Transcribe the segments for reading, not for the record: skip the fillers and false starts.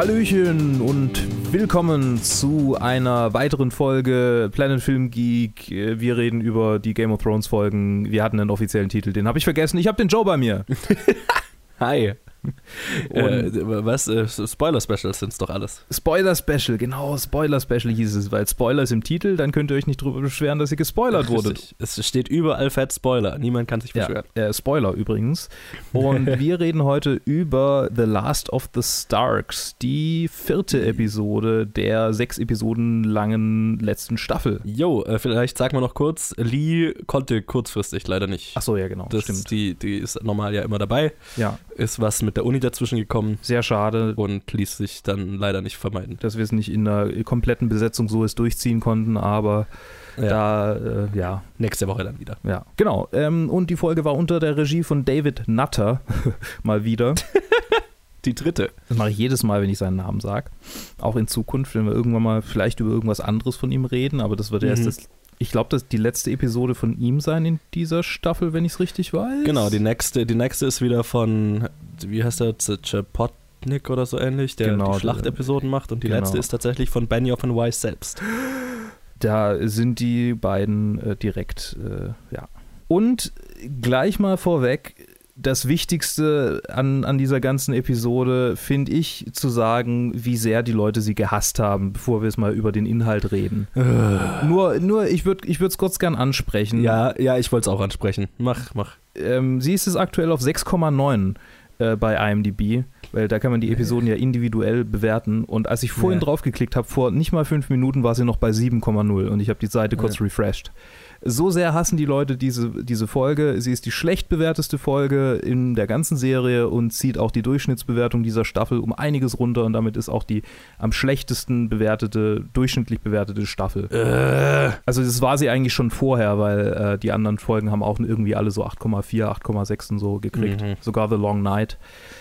Hallöchen und willkommen zu einer weiteren Folge Planet Film Geek. Wir reden über die Game of Thrones Folgen. Wir hatten einen offiziellen Titel, den habe ich vergessen. Ich habe den Joe bei mir. Hi. Spoiler-Specials sind es doch alles. Spoiler-Special, genau, Spoiler-Special hieß es, weil Spoiler ist im Titel, dann könnt ihr euch nicht drüber beschweren, dass ihr gespoilert wurdet. Es steht überall fett Spoiler, niemand kann sich beschweren. Ja, Spoiler übrigens. Und wir reden heute über The Last of the Starks, die 4. Episode der 6 Episoden langen letzten Staffel. Jo, vielleicht sagen wir noch kurz, Lee konnte kurzfristig leider nicht. Achso, ja genau, stimmt. Die ist normal ja immer dabei. Ja. Ist was mit der Uni dazwischen gekommen. Sehr schade. Und ließ sich dann leider nicht vermeiden. Dass wir es nicht in einer kompletten Besetzung so durchziehen konnten, aber nächste Woche dann wieder. Ja, genau. Und die Folge war unter der Regie von David Nutter. Mal wieder. Die 3. Das mache ich jedes Mal, wenn ich seinen Namen sage. Auch in Zukunft, wenn wir irgendwann mal vielleicht über irgendwas anderes von ihm reden, aber das wird erst ich glaube, das die letzte Episode von ihm sein in dieser Staffel, wenn ich es richtig weiß. Genau, die nächste ist wieder von, wie heißt der, Chapotnik oder so ähnlich, der die Schlachtepisoden macht, und die letzte ist tatsächlich von Benioff und Weiss selbst. Da sind die beiden direkt, ja. Und gleich mal vorweg, das Wichtigste an dieser ganzen Episode finde ich zu sagen, wie sehr die Leute sie gehasst haben, bevor wir es mal über den Inhalt reden. Nur ich würde es kurz gern ansprechen. Ja, ich wollte es auch ansprechen. Mach. Sie ist es aktuell auf 6,9 bei IMDb, weil da kann man die Episoden ja individuell bewerten, und als ich vorhin drauf geklickt habe, vor nicht mal 5 Minuten war sie noch bei 7,0 und ich habe die Seite kurz refreshed. So sehr hassen die Leute diese Folge. Sie ist die schlecht bewerteste Folge in der ganzen Serie und zieht auch die Durchschnittsbewertung dieser Staffel um einiges runter, und damit ist auch die am schlechtesten durchschnittlich bewertete Staffel. Also das war sie eigentlich schon vorher, weil die anderen Folgen haben auch irgendwie alle so 8,4, 8,6 und so gekriegt. Sogar The Long Night.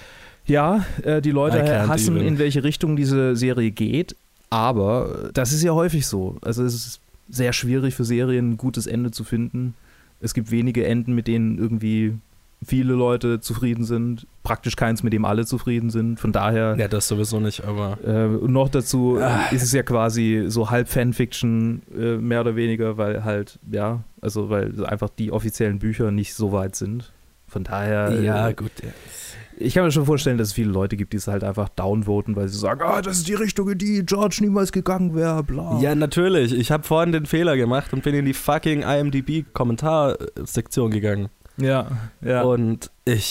Ja, die Leute hassen, in welche Richtung diese Serie geht, aber das ist ja häufig so. Also es ist sehr schwierig für Serien ein gutes Ende zu finden. Es gibt wenige Enden, mit denen irgendwie viele Leute zufrieden sind. Praktisch keins, mit dem alle zufrieden sind. Von daher... Ja, das sowieso nicht, aber... Und noch dazu ist es ja quasi so halb Fanfiction, mehr oder weniger, weil halt, weil einfach die offiziellen Bücher nicht so weit sind. Von daher... Ja, gut, ja. Ich kann mir schon vorstellen, dass es viele Leute gibt, die es halt einfach downvoten, weil sie sagen, das ist die Richtung, in die George niemals gegangen wäre, bla. Ja, natürlich. Ich habe vorhin den Fehler gemacht und bin in die fucking IMDb-Kommentarsektion gegangen. Ja. Und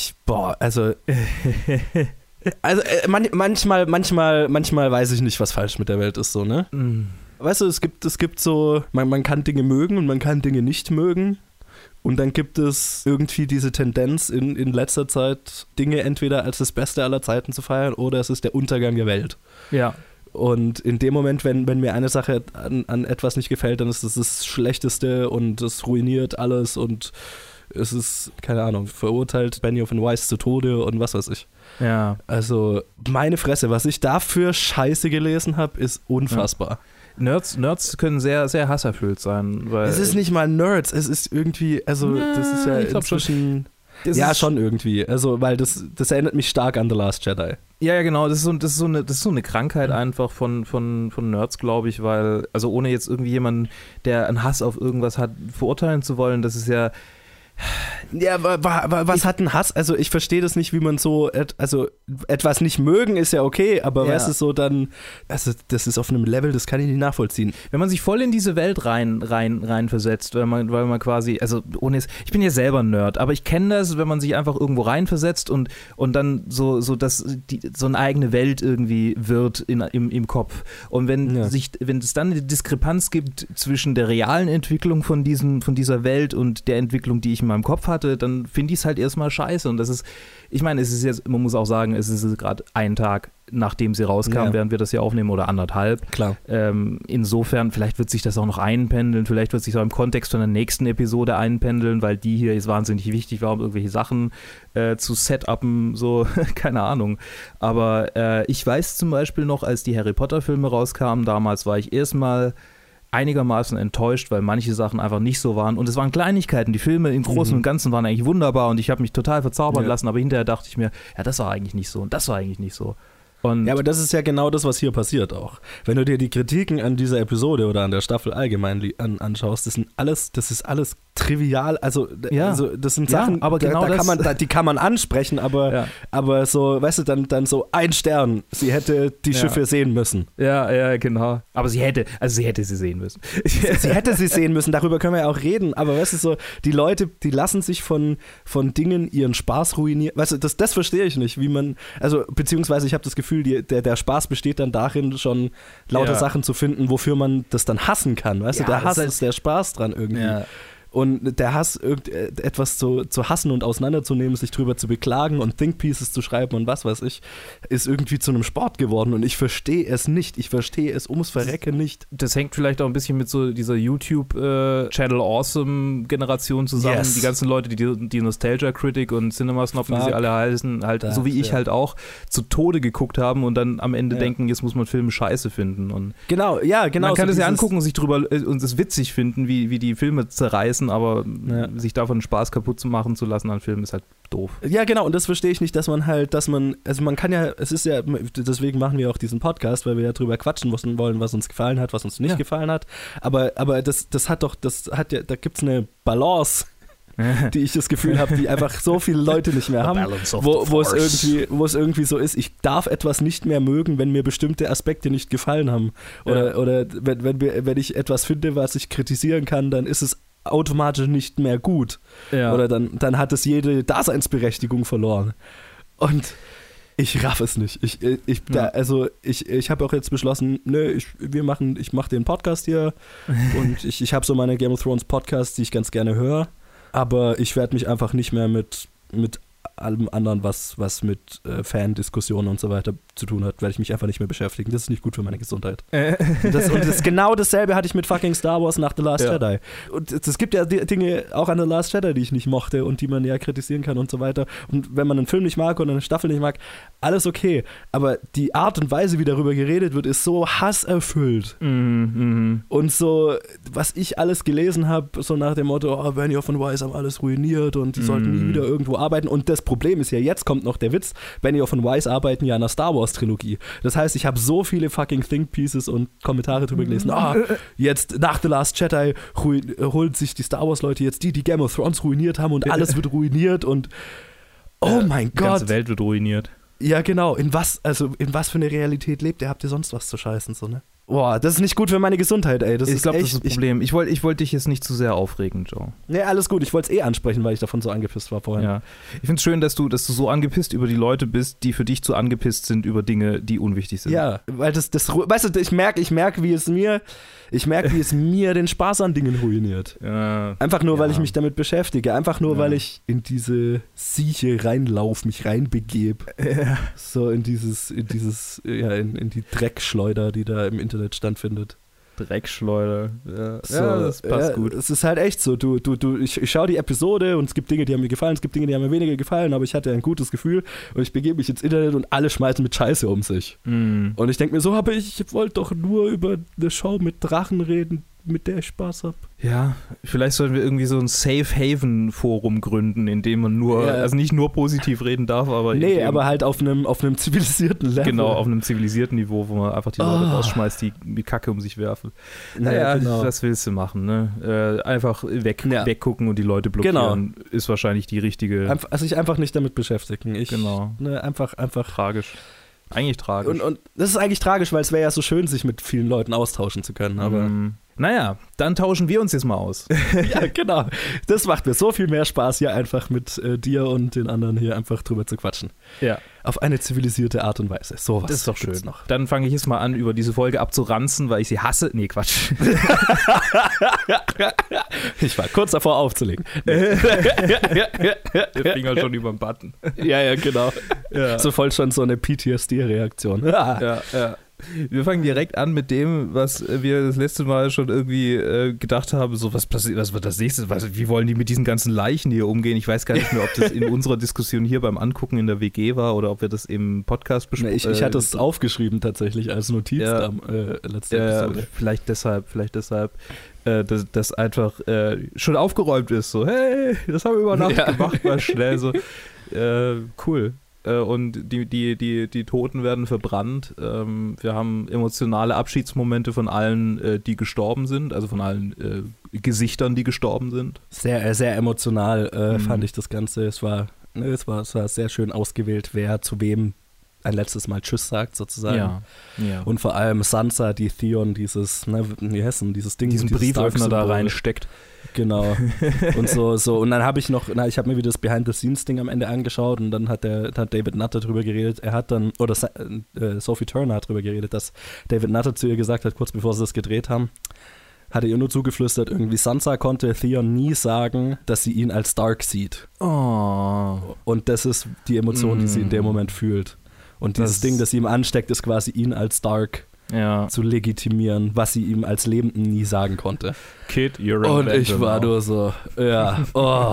manchmal weiß ich nicht, was falsch mit der Welt ist, so, ne? Weißt du, es gibt so, man kann Dinge mögen und man kann Dinge nicht mögen. Und dann gibt es irgendwie diese Tendenz in letzter Zeit, Dinge entweder als das Beste aller Zeiten zu feiern oder es ist der Untergang der Welt. Ja. Und in dem Moment, wenn mir eine Sache an etwas nicht gefällt, dann ist es das Schlechteste und es ruiniert alles und es ist, keine Ahnung, verurteilt Benioff und Weiss zu Tode und was weiß ich. Ja. Also, meine Fresse, was ich da für Scheiße gelesen habe, ist unfassbar. Ja. Nerds können sehr, sehr hasserfüllt sein. Weil es ist nicht mal Nerds, es ist irgendwie, das ist ja inzwischen... Schon irgendwie. Also, weil das erinnert mich stark an The Last Jedi. Ja, genau. Das ist so eine Krankheit einfach von Nerds, glaube ich, weil, also ohne jetzt irgendwie jemanden, der einen Hass auf irgendwas hat, verurteilen zu wollen, das ist ja... Ja, was hat ein Hass? Also ich verstehe das nicht, wie man so, also etwas nicht mögen ist ja okay, aber weißt du, so dann, also das ist auf einem Level, das kann ich nicht nachvollziehen. Wenn man sich voll in diese Welt rein versetzt, weil man quasi, also ich bin ja selber ein Nerd, aber ich kenne das, wenn man sich einfach irgendwo rein versetzt und dann so eine eigene Welt irgendwie wird im Kopf. Und wenn es dann eine Diskrepanz gibt zwischen der realen Entwicklung von dieser Welt und der Entwicklung, die ich in meinem Kopf hatte, dann finde ich es halt erstmal scheiße. Und das ist, ich meine, es ist jetzt, man muss auch sagen, es ist gerade ein Tag, nachdem sie rauskam, während wir das hier aufnehmen, oder 1,5. Klar. Insofern, vielleicht wird sich das auch noch einpendeln, vielleicht wird sich auch im Kontext von der nächsten Episode einpendeln, weil die hier ist wahnsinnig wichtig war, um irgendwelche Sachen zu setupen, so, keine Ahnung. Aber ich weiß zum Beispiel noch, als die Harry Potter Filme rauskamen, damals war ich erstmal einigermaßen enttäuscht, weil manche Sachen einfach nicht so waren. Und es waren Kleinigkeiten. Die Filme im Großen und Ganzen waren eigentlich wunderbar und ich habe mich total verzaubern lassen, aber hinterher dachte ich mir, ja, das war eigentlich nicht so und das war eigentlich nicht so. Und ja, aber das ist ja genau das, was hier passiert auch. Wenn du dir die Kritiken an dieser Episode oder an der Staffel allgemein anschaust, das ist alles trivial. Also das sind Sachen, aber genau die kann man ansprechen, aber so, weißt du, dann so ein Stern, sie hätte die Schiffe sehen müssen. Ja, genau. Aber sie hätte sie sehen müssen. Sie hätte sie sehen müssen, darüber können wir ja auch reden, aber weißt du, so, die Leute, die lassen sich von Dingen ihren Spaß ruinieren. Weißt du, das verstehe ich nicht, wie man, also beziehungsweise ich habe das Gefühl, der Spaß besteht dann darin, schon lauter Sachen zu finden, wofür man das dann hassen kann. Weißt du, der Hass ist der Spaß dran irgendwie. Ja. Und der Hass, etwas zu hassen und auseinanderzunehmen, sich drüber zu beklagen und Think-Pieces zu schreiben und was weiß ich, ist irgendwie zu einem Sport geworden und ich verstehe es nicht. Ich verstehe es ums Verrecken nicht. Das hängt vielleicht auch ein bisschen mit so dieser YouTube-Channel Awesome-Generation zusammen. Yes. Die ganzen Leute, die Nostalgia Critic und Cinema Snob, wie sie alle heißen, halt so wie ich halt auch, zu Tode geguckt haben und dann am Ende denken, jetzt muss man Filme scheiße finden. Und genau. Man kann es ja angucken und sich drüber und es witzig finden, wie die Filme zerreißen, aber sich davon Spaß kaputt machen zu lassen an Filmen ist halt doof. Ja, genau, und das verstehe ich nicht, also man kann ja, es ist ja, deswegen machen wir auch diesen Podcast, weil wir ja drüber quatschen wollen, was uns gefallen hat, was uns nicht gefallen hat, aber da gibt's eine Balance, die ich das Gefühl habe, die einfach so viele Leute nicht mehr haben, wo es irgendwie so ist, ich darf etwas nicht mehr mögen, wenn mir bestimmte Aspekte nicht gefallen haben. Oder wenn ich etwas finde, was ich kritisieren kann, dann ist es automatisch nicht mehr gut. Ja. Oder dann hat es jede Daseinsberechtigung verloren. Und ich raff es nicht. Ich habe auch jetzt beschlossen, ich mache den Podcast hier und ich habe so meine Game of Thrones Podcasts, die ich ganz gerne höre, aber ich werde mich einfach nicht mehr mit allem anderen, was mit Fan-Diskussionen und so weiter zu tun hat, werde ich mich einfach nicht mehr beschäftigen. Das ist nicht gut für meine Gesundheit. Und das genau dasselbe hatte ich mit fucking Star Wars nach The Last Jedi. Und es gibt ja Dinge auch an The Last Jedi, die ich nicht mochte und die man ja kritisieren kann und so weiter. Und wenn man einen Film nicht mag oder eine Staffel nicht mag, alles okay. Aber die Art und Weise, wie darüber geredet wird, ist so hasserfüllt. Und so, was ich alles gelesen habe, so nach dem Motto, Benioff und Weiss haben alles ruiniert und die sollten nie wieder irgendwo arbeiten. Und das Problem ist ja, jetzt kommt noch der Witz, Benioff und Weiss arbeiten ja an der Star Wars Trilogie. Das heißt, ich habe so viele fucking Think Pieces und Kommentare drüber gelesen. Jetzt nach The Last Jedi holen sich die Star Wars Leute jetzt die Game of Thrones ruiniert haben und alles wird ruiniert und oh mein Gott. Die ganze Welt wird ruiniert. Ja, genau. In was für eine Realität lebt ihr? Habt ihr sonst was zu scheißen, so, ne? Boah, das ist nicht gut für meine Gesundheit, ey. Ich glaube, das ist ein Problem. Ich wollte dich jetzt nicht zu sehr aufregen, Joe. Nee, alles gut. Ich wollte es ansprechen, weil ich davon so angepisst war vorhin. Ja. Ich finde es schön, dass du so angepisst über die Leute bist, die für dich zu angepisst sind über Dinge, die unwichtig sind. Ja, weil weißt du, ich merke, wie es mir den Spaß an Dingen ruiniert. Ja. Einfach nur, weil ich mich damit beschäftige. Einfach nur, weil ich in diese Sieche reinlaufe, mich reinbegebe. Ja. So in die Dreckschleuder, die da im Internet stattfindet. Dreckschleuder. Ja, das passt gut. Es ist halt echt so. Ich schaue die Episode und es gibt Dinge, die haben mir gefallen, es gibt Dinge, die haben mir weniger gefallen, aber ich hatte ein gutes Gefühl und ich begebe mich ins Internet und alle schmeißen mit Scheiße um sich. Und ich denke mir so, ich wollte doch nur über eine Show mit Drachen reden, mit der ich Spaß habe. Ja, vielleicht sollten wir irgendwie so ein Safe-Haven-Forum gründen, in dem man also nicht nur positiv reden darf, aber aber halt auf einem zivilisierten Level. Genau, auf einem zivilisierten Niveau, wo man einfach die Leute rausschmeißt, die mit Kacke um sich werfen. Naja, genau. Das willst du machen, ne? Einfach weggucken und die Leute blockieren, ist wahrscheinlich die richtige... sich einfach nicht damit beschäftigen. Einfach... Tragisch. Eigentlich tragisch. Und das ist eigentlich tragisch, weil es wäre ja so schön, sich mit vielen Leuten austauschen zu können, aber... Naja, dann tauschen wir uns jetzt mal aus. Ja, genau. Das macht mir so viel mehr Spaß, hier einfach mit dir und den anderen hier einfach drüber zu quatschen. Ja. Auf eine zivilisierte Art und Weise. Sowas. Das ist doch schön. Noch. Dann fange ich jetzt mal an, über diese Folge abzuranzen, weil ich sie hasse. Nee, Quatsch. Ich war kurz davor aufzulegen. Der Finger schon über den Button. Ja, genau. Ja. So voll schon so eine PTSD-Reaktion. Ja. Wir fangen direkt an mit dem, was wir das letzte Mal schon irgendwie gedacht haben, so was passiert, was wird das nächste, wie wollen die mit diesen ganzen Leichen hier umgehen? Ich weiß gar nicht mehr, ob das in unserer Diskussion hier beim Angucken in der WG war oder ob wir das im Podcast besprochen haben. Ich hatte es aufgeschrieben tatsächlich als Notiz letzte Episode. Vielleicht deshalb. Das einfach schon aufgeräumt ist, so hey, das haben wir über Nacht gemacht, mal schnell so, cool. und die Toten werden verbrannt. Wir haben emotionale Abschiedsmomente von allen, die gestorben sind, also von allen Gesichtern, die gestorben sind. Sehr, sehr emotional fand ich das Ganze. Es war sehr schön ausgewählt, wer zu wem ein letztes Mal Tschüss sagt, sozusagen. Ja. Und vor allem Sansa, die Theon dieses Ding, diesen Brieföffner da reinsteckt. Genau. Und so. Und dann habe ich habe mir wieder das Behind-the-Scenes-Ding am Ende angeschaut und dann hat David Nutter drüber geredet. Sophie Turner hat drüber geredet, dass David Nutter zu ihr gesagt hat, kurz bevor sie das gedreht haben, hatte ihr nur zugeflüstert, irgendwie Sansa konnte Theon nie sagen, dass sie ihn als Stark sieht. Oh. Und das ist die Emotion, die sie in dem Moment fühlt. Und dieses Ding, das sie ihm ansteckt, ist quasi ihn als Stark zu legitimieren, was sie ihm als Lebenden nie sagen konnte. Kid, you're a Und ich war nur so, ja,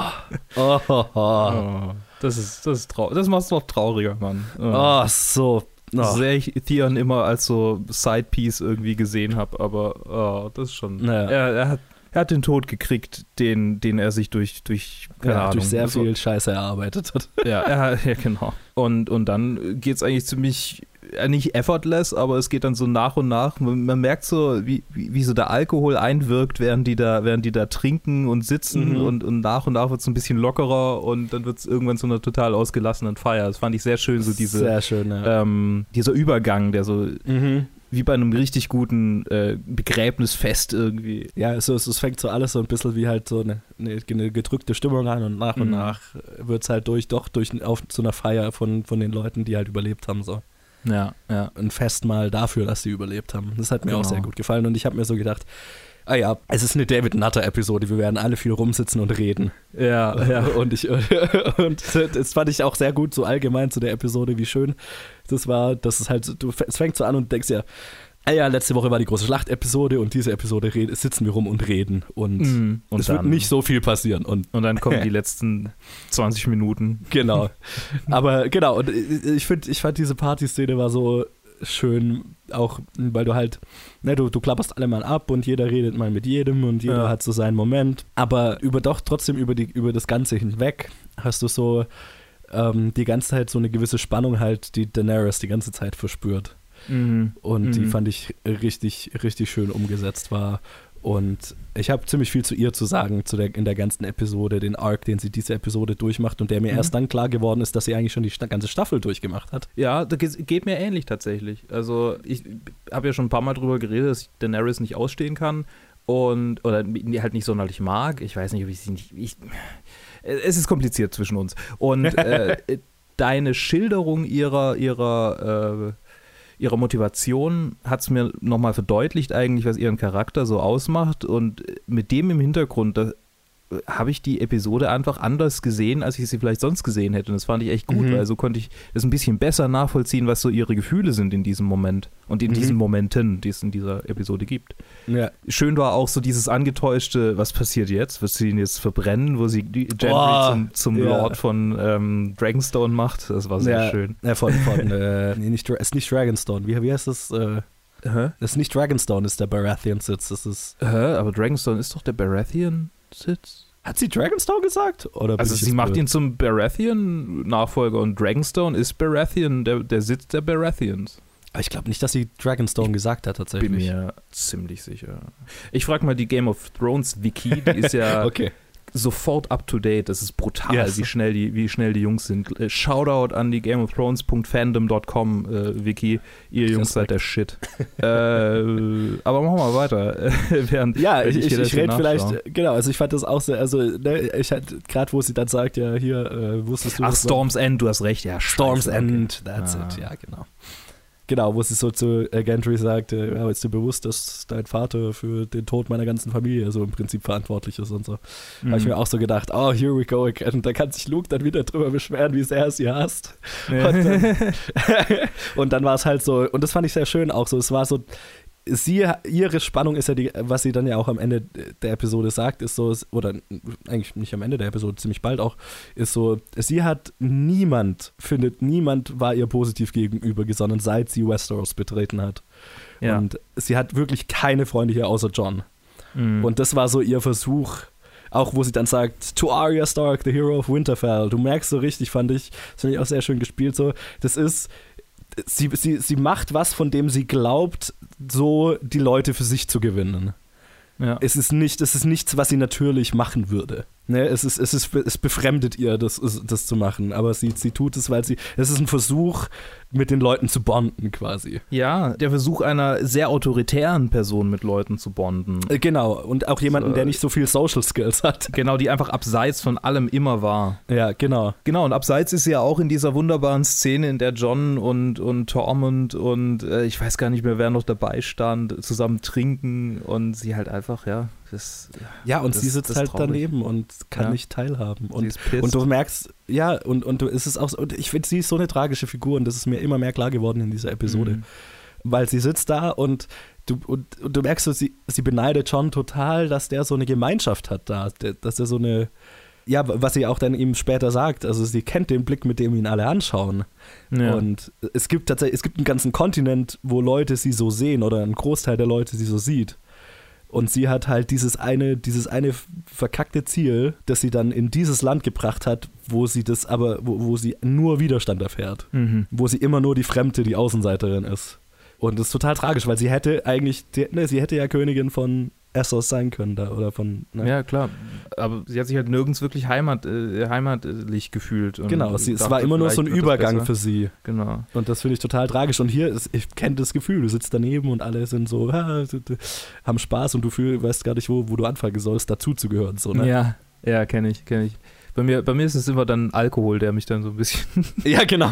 Das ist traurig. Das macht es noch trauriger, Mann. So sehr ich Theon immer als so Sidepiece irgendwie gesehen habe, aber das ist schon. Naja. Er hat den Tod gekriegt, den er sich durch sehr viel Scheiße erarbeitet hat. Ja, genau. Und dann geht es eigentlich ziemlich, nicht effortless, aber es geht dann so nach und nach. Man merkt so, wie so der Alkohol einwirkt, während die da trinken und sitzen und nach wird es ein bisschen lockerer und dann wird es irgendwann zu einer total ausgelassenen Feier. Das fand ich sehr schön, so sehr schön, dieser Übergang, der so wie bei einem richtig guten Begräbnisfest irgendwie. Ja, es fängt so alles so ein bisschen wie halt so eine gedrückte Stimmung an und nach wird es halt auf zu einer Feier von den Leuten, die halt überlebt haben. So. Ja. Ein Festmahl dafür, dass sie überlebt haben. Das hat mir auch sehr gut gefallen und ich habe mir so gedacht, es ist eine David Nutter-Episode, wir werden alle viel rumsitzen und reden. Ja. Und das fand ich auch sehr gut, so allgemein zu der Episode, wie schön das war, dass es halt, es fängt so an und denkst ja, letzte Woche war die große Schlacht-Episode und diese Episode sitzen wir rum und reden und es wird nicht so viel passieren. Und dann kommen die letzten 20 Minuten. Genau. Aber genau, und ich fand diese Partyszene war so schön, auch weil du halt, du klapperst alle mal ab und jeder redet mal mit jedem und jeder hat so seinen Moment, aber trotzdem über das Ganze hinweg hast du so die ganze Zeit so eine gewisse Spannung halt, die Daenerys die ganze Zeit verspürt. Und die fand ich richtig, richtig schön umgesetzt war. Und ich habe ziemlich viel zu ihr zu sagen in der ganzen Episode, den Arc, den sie diese Episode durchmacht und der mir erst dann klar geworden ist, dass sie eigentlich schon die ganze Staffel durchgemacht hat. Ja, das geht mir ähnlich tatsächlich. Also ich habe ja schon ein paar Mal drüber geredet, dass ich Daenerys nicht ausstehen kann oder halt nicht sonderlich mag. Ich weiß nicht, ob ich sie nicht... Es ist kompliziert zwischen uns. Und deine Schilderung ihrer Motivation hat es mir nochmal verdeutlicht eigentlich, was ihren Charakter so ausmacht und mit dem im Hintergrund, da habe ich die Episode einfach anders gesehen, als ich sie vielleicht sonst gesehen hätte und das fand ich echt gut, weil so konnte ich das ein bisschen besser nachvollziehen, was so ihre Gefühle sind in diesem Moment und in diesen Momenten, die es in dieser Episode gibt. Ja. Schön war auch so dieses angetäuschte, was passiert jetzt? Wird sie ihn jetzt verbrennen, wo sie Gendry zum Lord von Dragonstone macht? Das war sehr schön. Ist nicht Dragonstone. Wie heißt das? Das ist nicht Dragonstone, ist der Baratheon-Sitz. Das ist. Aber Dragonstone ist doch der Baratheon-Sitz. Hat sie Dragonstone gesagt? Oder also sie macht ihn zum Baratheon-Nachfolger und Dragonstone ist Baratheon, der Sitz der Baratheons. Aber ich glaube nicht, dass sie Dragonstone gesagt hat tatsächlich. Bin mir ziemlich sicher. Ich frage mal die Game of Thrones Wiki, die ist ja sofort up to date. Das ist brutal, wie schnell die Jungs sind. Shoutout an die Game of Thrones.fandom.com Wiki. Ihr Jungs seid der Shit. Aber machen wir mal weiter. Ich rede vielleicht, genau, also ich fand das auch sehr, also ich hatte gerade, wo sie dann sagt, ja hier, wusstest du. Ach, Storm's End, du hast recht, ja. Storm's End, that's it, ja genau. Genau, wo sie so zu Gendry sagt, ist dir bewusst, dass dein Vater für den Tod meiner ganzen Familie so im Prinzip verantwortlich ist und so. Da habe ich mir auch so gedacht, here we go again. Und da kann sich Luke dann wieder drüber beschweren, wie sehr er sie hasst. Und dann war es halt so, und das fand ich sehr schön auch so, es war so, ihre Spannung ist ja was sie dann ja auch am Ende der Episode sagt, ist so, oder eigentlich nicht am Ende der Episode, ziemlich bald auch, ist so, niemand war ihr positiv gegenüber gesonnen, seit sie Westeros betreten hat. Ja. Und sie hat wirklich keine Freunde hier außer Jon. Und das war so ihr Versuch, Auch wo sie dann sagt, to Arya Stark, the hero of Winterfell. Du merkst so richtig, das finde ich auch sehr schön gespielt, so, das ist, sie macht was, von dem sie glaubt, so die Leute für sich zu gewinnen. Ja. Es ist nichts, was sie natürlich machen würde. Ne, es befremdet ihr, das zu machen, aber sie tut es, es ist ein Versuch, mit den Leuten zu bonden quasi. Ja, der Versuch einer sehr autoritären Person mit Leuten zu bonden. Genau, und auch jemanden, der nicht so viel Social Skills hat. Genau, die einfach abseits von allem immer war. Ja, genau. Genau, und abseits ist sie ja auch in dieser wunderbaren Szene, in der John und Tormund und ich weiß gar nicht mehr, wer noch dabei stand, zusammen trinken und sie halt einfach, ja. Sie sitzt halt traurig daneben und kann nicht teilhaben. Und du merkst, es ist auch so, und ich finde, sie ist so eine tragische Figur und das ist mir immer mehr klar geworden in dieser Episode. Weil sie sitzt da und du merkst so, sie beneidet John total, dass der so eine Gemeinschaft hat da, dass er so eine, ja, was sie auch dann ihm später sagt, also sie kennt den Blick, mit dem ihn alle anschauen. Ja. Und es gibt einen ganzen Kontinent, wo Leute sie so sehen oder ein Großteil der Leute sie so sieht. Und sie hat halt dieses eine verkackte Ziel, das sie dann in dieses Land gebracht hat, wo sie wo sie nur Widerstand erfährt. Wo sie immer nur die Fremde, die Außenseiterin ist. Und das ist total tragisch, weil sie hätte ja Königin von Essos sein können da oder von. Ne? Ja, klar. Aber sie hat sich halt nirgends wirklich heimatlich gefühlt. Und genau, es war immer nur so ein Übergang für sie. Genau. Und das finde ich total tragisch. Und hier, ich kenne das Gefühl, du sitzt daneben und alle sind so, haben Spaß und du weißt gar nicht, wo du anfangen sollst, dazuzugehören. So, ne? Ja, kenne ich. Bei mir ist es immer dann Alkohol, der mich dann so ein bisschen. Ja, genau.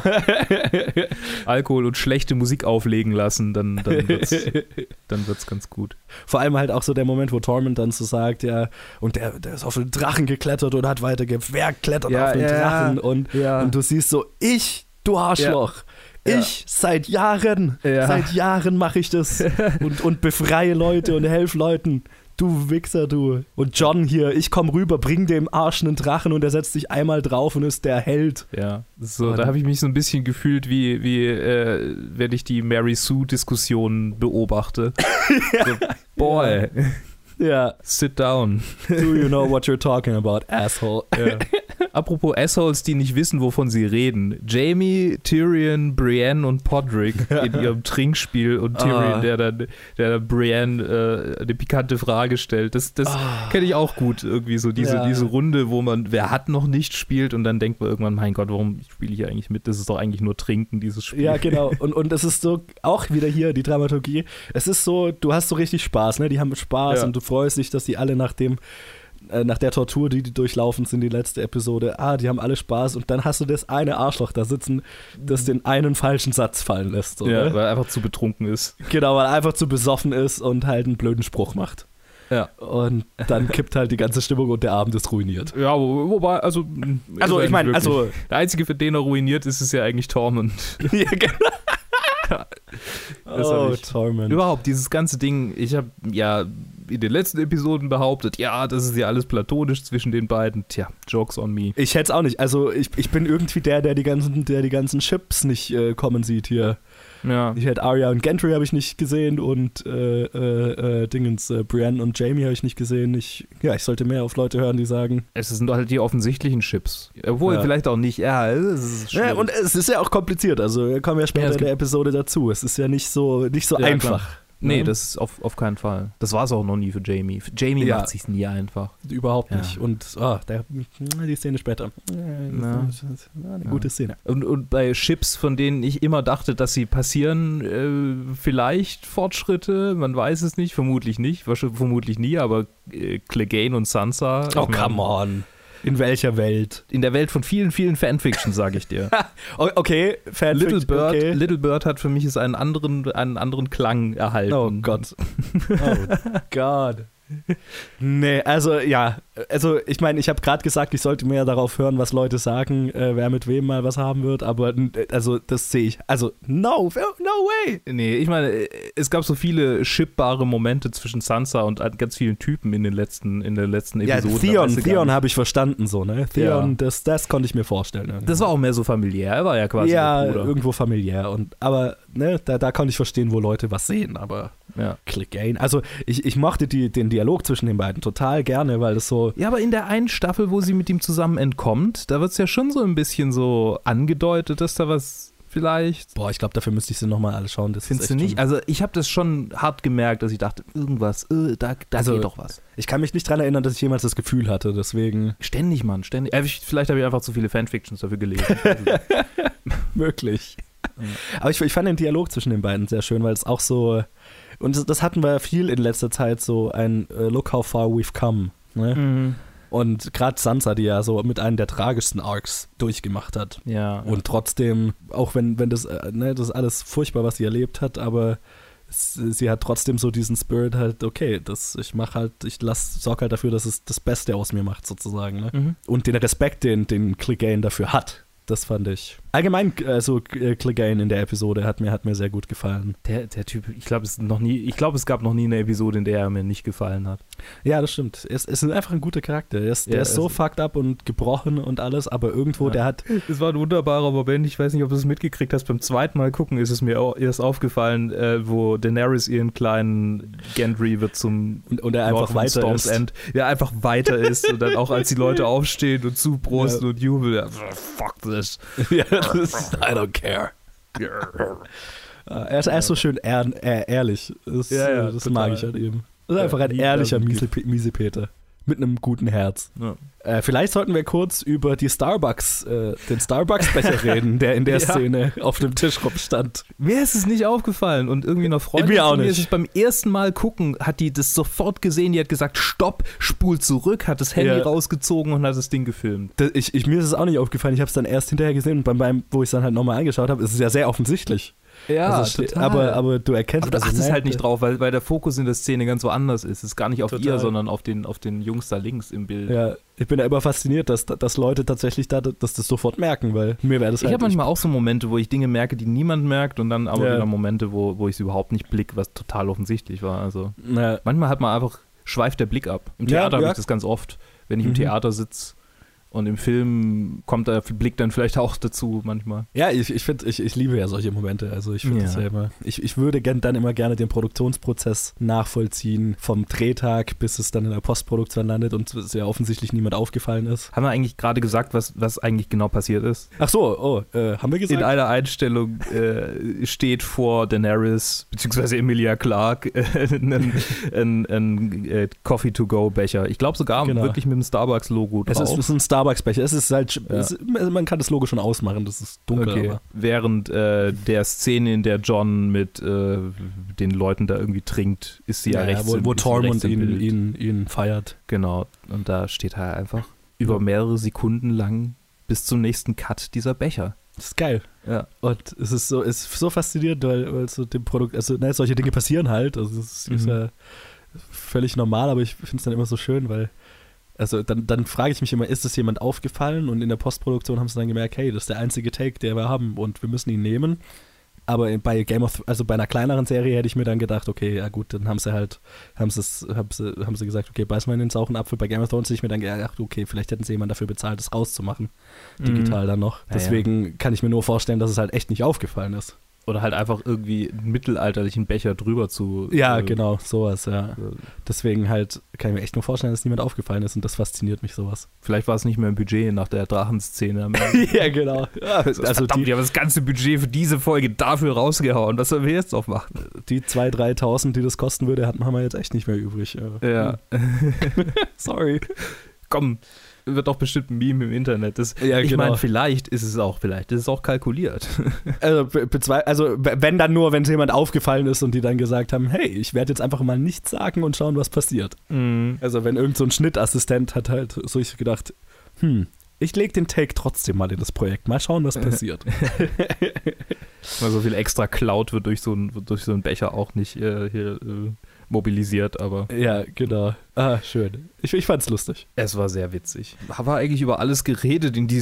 Alkohol und schlechte Musik auflegen lassen, dann wird's ganz gut. Vor allem halt auch so der Moment, wo Tormund dann so sagt, ja, und der ist auf den Drachen geklettert und hat weiter klettert auf den Drachen und du siehst so, du Arschloch. Ja. Seit Jahren mache ich das und befreie Leute und helfe Leuten. Du Wichser, du. Und John hier, ich komm rüber, bring dem Arsch einen Drachen und er setzt sich einmal drauf und ist der Held. Ja, so, da habe ich mich so ein bisschen gefühlt, wie wenn ich die Mary Sue-Diskussion beobachte. So, boy. Ja. Sit down. Do you know what you're talking about, asshole? Ja. Apropos Assholes, die nicht wissen, wovon sie reden. Jaime, Tyrion, Brienne und Podrick in ihrem Trinkspiel und Tyrion, der Brienne eine pikante Frage stellt. Das kenne ich auch gut, irgendwie so diese Runde, wo man, wer hat noch nicht spielt und dann denkt man irgendwann, mein Gott, warum spiele ich hier eigentlich mit? Das ist doch eigentlich nur Trinken, dieses Spiel. Ja, genau. Und es ist so, auch wieder hier die Dramaturgie, es ist so, du hast so richtig Spaß, ne? Die haben Spaß und du freust dich, dass die alle nach der Tortur, die durchlaufen sind, die letzte Episode, die haben alle Spaß und dann hast du das eine Arschloch da sitzen, das den einen falschen Satz fallen lässt. So, ja, ne? weil er einfach zu betrunken ist. Genau, weil er einfach zu besoffen ist und halt einen blöden Spruch macht. Ja. Und dann kippt halt die ganze Stimmung und der Abend ist ruiniert. Ja, wobei, also ich meine, der Einzige, für den er ruiniert ist ja eigentlich Tormund. Ja, genau. Tormund. Überhaupt, dieses ganze Ding, ich habe ja in den letzten Episoden behauptet, das ist ja alles platonisch zwischen den beiden. Tja, jokes on me. Ich hätte es auch nicht. Also ich bin irgendwie der die ganzen Chips nicht kommen sieht hier. Ja. Ich hätte Arya und Gendry habe ich nicht gesehen und Brienne und Jaime habe ich nicht gesehen. Ich sollte mehr auf Leute hören, die sagen. Es sind halt die offensichtlichen Chips. Obwohl, vielleicht auch nicht. Ja, es ist schwierig. Ja, und es ist ja auch kompliziert. Also wir kommen ja später in der Episode dazu. Es ist ja nicht so einfach. Klar. Nee, das ist auf keinen Fall. Das war es auch noch nie für Jaime. Für Jaime macht es sich nie einfach. Überhaupt nicht. Und die Szene später. Eine gute Szene. Und bei Chips, von denen ich immer dachte, dass sie passieren, vielleicht Fortschritte, man weiß es nicht, vermutlich nicht, vermutlich nie, aber Clegane und Sansa. Oh, come on. In welcher Welt? In der Welt von vielen, vielen Fanfiction, sage ich dir. Okay, Fanfiction. Little Bird hat für mich einen anderen Klang erhalten. Oh Gott. Oh Gott. Nee, also ich meine, ich habe gerade gesagt, ich sollte mehr darauf hören, was Leute sagen, wer mit wem mal was haben wird, aber also das sehe ich. Also no way. Nee, ich meine, es gab so viele shippbare Momente zwischen Sansa und ganz vielen Typen in der letzten Episode. Ja, Theon habe ich verstanden so, ne? Theon, das konnte ich mir vorstellen. Irgendwie. Das war auch mehr so familiär, er war ja quasi der Bruder. Irgendwo familiär aber ne, da konnte ich verstehen, wo Leute was sehen, aber Clegane, also ich mochte den Dialog zwischen den beiden total gerne, weil das so so. Ja, aber in der einen Staffel, wo sie mit ihm zusammen entkommt, da wird es ja schon so ein bisschen so angedeutet, dass da was vielleicht... Boah, ich glaube, dafür müsste ich sie nochmal alle schauen. Das findest du nicht? Also ich habe das schon hart gemerkt, dass ich dachte, irgendwas, da geht doch was. Ich kann mich nicht dran erinnern, dass ich jemals das Gefühl hatte, deswegen... Ständig, Mann, ständig. Vielleicht habe ich einfach zu viele Fanfictions dafür gelesen. Möglich. Aber ich fand den Dialog zwischen den beiden sehr schön, weil es auch so... Und das hatten wir viel in letzter Zeit, so ein Look how far we've come. Ne? Mhm. Und gerade Sansa, die ja so mit einem der tragischsten Arcs durchgemacht hat. Ja. Und trotzdem, auch wenn das, das ist alles furchtbar, was sie erlebt hat, aber sie hat trotzdem so diesen Spirit halt, okay, sorge halt dafür, dass es das Beste aus mir macht, sozusagen. Ne? Mhm. Und den Respekt, den Clegane dafür hat. Das fand ich. Allgemein, Clegane in der Episode hat mir sehr gut gefallen. Der Typ, ich glaube, es gab noch nie eine Episode, in der er mir nicht gefallen hat. Ja, das stimmt. Er ist einfach ein guter Charakter. Der ist so fucked up und gebrochen und alles, aber irgendwo, der hat... Es war ein wunderbarer Moment. Ich weiß nicht, ob du es mitgekriegt hast. Beim zweiten Mal gucken ist es mir erst aufgefallen, wo Daenerys ihren kleinen Gendry wird zum... Und er einfach weiter Storm's ist. End. Der einfach weiter ist und dann auch, als die Leute aufstehen und zuprosten und jubeln. Fuck this. Ja, I don't care. Er ist so schön ehrlich. Das mag ich halt eben. Das ist einfach ein ehrlicher Miesepeter. Mit einem guten Herz. Ja. Vielleicht sollten wir kurz über den Starbucks-Becher reden, der in der Szene auf dem Tisch rumstand. Mir ist es nicht aufgefallen und irgendwie noch Freundin von mir ist es beim ersten Mal gucken, hat die das sofort gesehen, die hat gesagt, stopp, spul zurück, hat das Handy rausgezogen und hat das Ding gefilmt. Mir ist es auch nicht aufgefallen, ich habe es dann erst hinterher gesehen und wo ich es dann halt nochmal angeschaut habe, ist es ja sehr offensichtlich. Ja, also, total. Aber du erkennst... Aber du achtest halt nicht drauf, weil der Fokus in der Szene ganz woanders ist. Es ist gar nicht auf ihr, sondern auf den Jungs da links im Bild. Ja, ich bin ja immer fasziniert, dass Leute tatsächlich dass das sofort merken, weil mir wäre das halt... Ich habe manchmal auch so Momente, wo ich Dinge merke, die niemand merkt und dann aber wieder Momente, wo ich es überhaupt nicht blick, was total offensichtlich war. Also manchmal hat man einfach, schweift der Blick ab. Im Theater habe ich das ganz oft, wenn ich im Theater sitze. Und im Film kommt der Blick dann vielleicht auch dazu manchmal. Ja, ich liebe ja solche Momente. Also ich finde das ja immer. Ich würde dann immer gerne den Produktionsprozess nachvollziehen, vom Drehtag bis es dann in der Postproduktion landet und es ja offensichtlich niemand aufgefallen ist. Haben wir eigentlich gerade gesagt, was eigentlich genau passiert ist? Ach so, haben wir gesagt? In einer Einstellung steht vor Daenerys bzw. Emilia Clarke ein Coffee-to-go-Becher. Ich glaube sogar wirklich mit dem Starbucks-Logo drauf. Es ist ein Starbucks-Becher. Es ist halt, man kann das Logo schon ausmachen, das ist dunkel. Okay. Aber. Während der Szene, in der John mit den Leuten da irgendwie trinkt, ist sie rechts. Wo Tormund ihn feiert. Genau, und da steht halt einfach über mehrere Sekunden lang bis zum nächsten Cut dieser Becher. Das ist geil. Ja. Und es ist so faszinierend, weil so dem Produkt, also solche Dinge passieren halt. Also es ist ja völlig normal, aber ich finde es dann immer so schön, weil also dann frage ich mich immer, ist es jemand aufgefallen? Und in der Postproduktion haben sie dann gemerkt, hey, das ist der einzige Take, den wir haben und wir müssen ihn nehmen. Aber bei bei einer kleineren Serie hätte ich mir dann gedacht, okay, ja gut, dann haben sie gesagt, okay, beiß mal in den sauren Apfel. Bei Game of Thrones hätte ich mir dann gedacht, okay, vielleicht hätten sie jemanden dafür bezahlt, das rauszumachen. Digital dann noch. Deswegen kann ich mir nur vorstellen, dass es halt echt nicht aufgefallen ist. Oder halt einfach irgendwie einen mittelalterlichen Becher drüber zu... Ja, genau, sowas, ja. Deswegen halt kann ich mir echt nur vorstellen, dass niemand aufgefallen ist und das fasziniert mich sowas. Vielleicht war es nicht mehr im Budget nach der Drachenszene. Ja, genau. Ja, verdammt, die haben das ganze Budget für diese Folge dafür rausgehauen. Was sollen wir jetzt noch machen? Die 2.000, 3.000, die das kosten würde, haben wir jetzt echt nicht mehr übrig. Ja. Sorry. Komm, wird doch bestimmt ein Meme im Internet. Ich meine, vielleicht ist es auch kalkuliert. Also wenn dann nur, wenn es jemand aufgefallen ist und die dann gesagt haben, hey, ich werde jetzt einfach mal nichts sagen und schauen, was passiert. Mhm. Also wenn irgend so ein Schnittassistent hat halt so gedacht, ich lege den Take trotzdem mal in das Projekt, mal schauen, was passiert. Weil so viel extra Cloud wird durch so einen Becher auch nicht mobilisiert, aber... Ja, genau. Ah, schön. Ich fand's lustig. Es war sehr witzig. Haben wir eigentlich über alles geredet in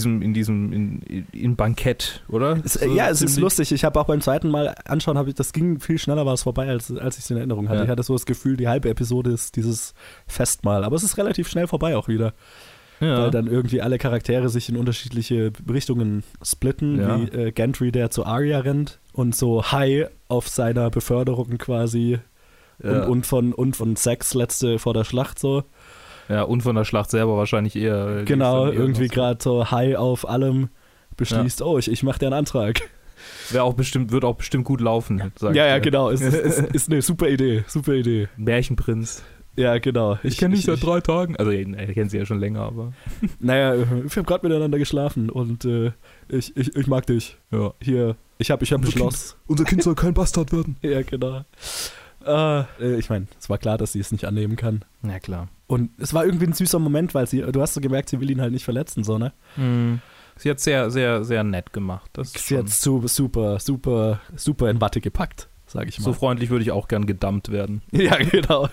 Bankett, oder? Es ist lustig. Ich habe auch beim zweiten Mal anschauen, das ging viel schneller, war es vorbei, als ich es in Erinnerung hatte. Ja. Ich hatte so das Gefühl, die halbe Episode ist dieses Festmahl. Aber es ist relativ schnell vorbei auch wieder. Ja. Weil dann irgendwie alle Charaktere sich in unterschiedliche Richtungen splitten, wie Gendry, der zu Arya rennt und so high auf seiner Beförderung quasi und von Sex letzte vor der Schlacht so. Ja, und von der Schlacht selber wahrscheinlich eher. Genau, irgendwie gerade so high auf allem beschließt, ich mache dir einen Antrag. Wird auch bestimmt gut laufen, sag Ja, genau, ist eine super Idee. Märchenprinz. Ja, genau. Ich kenne dich seit 3 Tagen. Also, er kennt sie ja schon länger, aber. Naja, wir haben gerade miteinander geschlafen und ich mag dich. Ja. Hier, ich hab beschlossen. Unser Kind soll kein Bastard werden. Ja, genau. Ich meine, es war klar, dass sie es nicht annehmen kann. Ja, klar. Und es war irgendwie ein süßer Moment, weil du hast so gemerkt, sie will ihn halt nicht verletzen, so, ne? Sie hat sehr, sehr, sehr nett gemacht. Sie hat super in Watte gepackt, sag ich mal. So freundlich würde ich auch gern gedumpt werden. Ja, genau.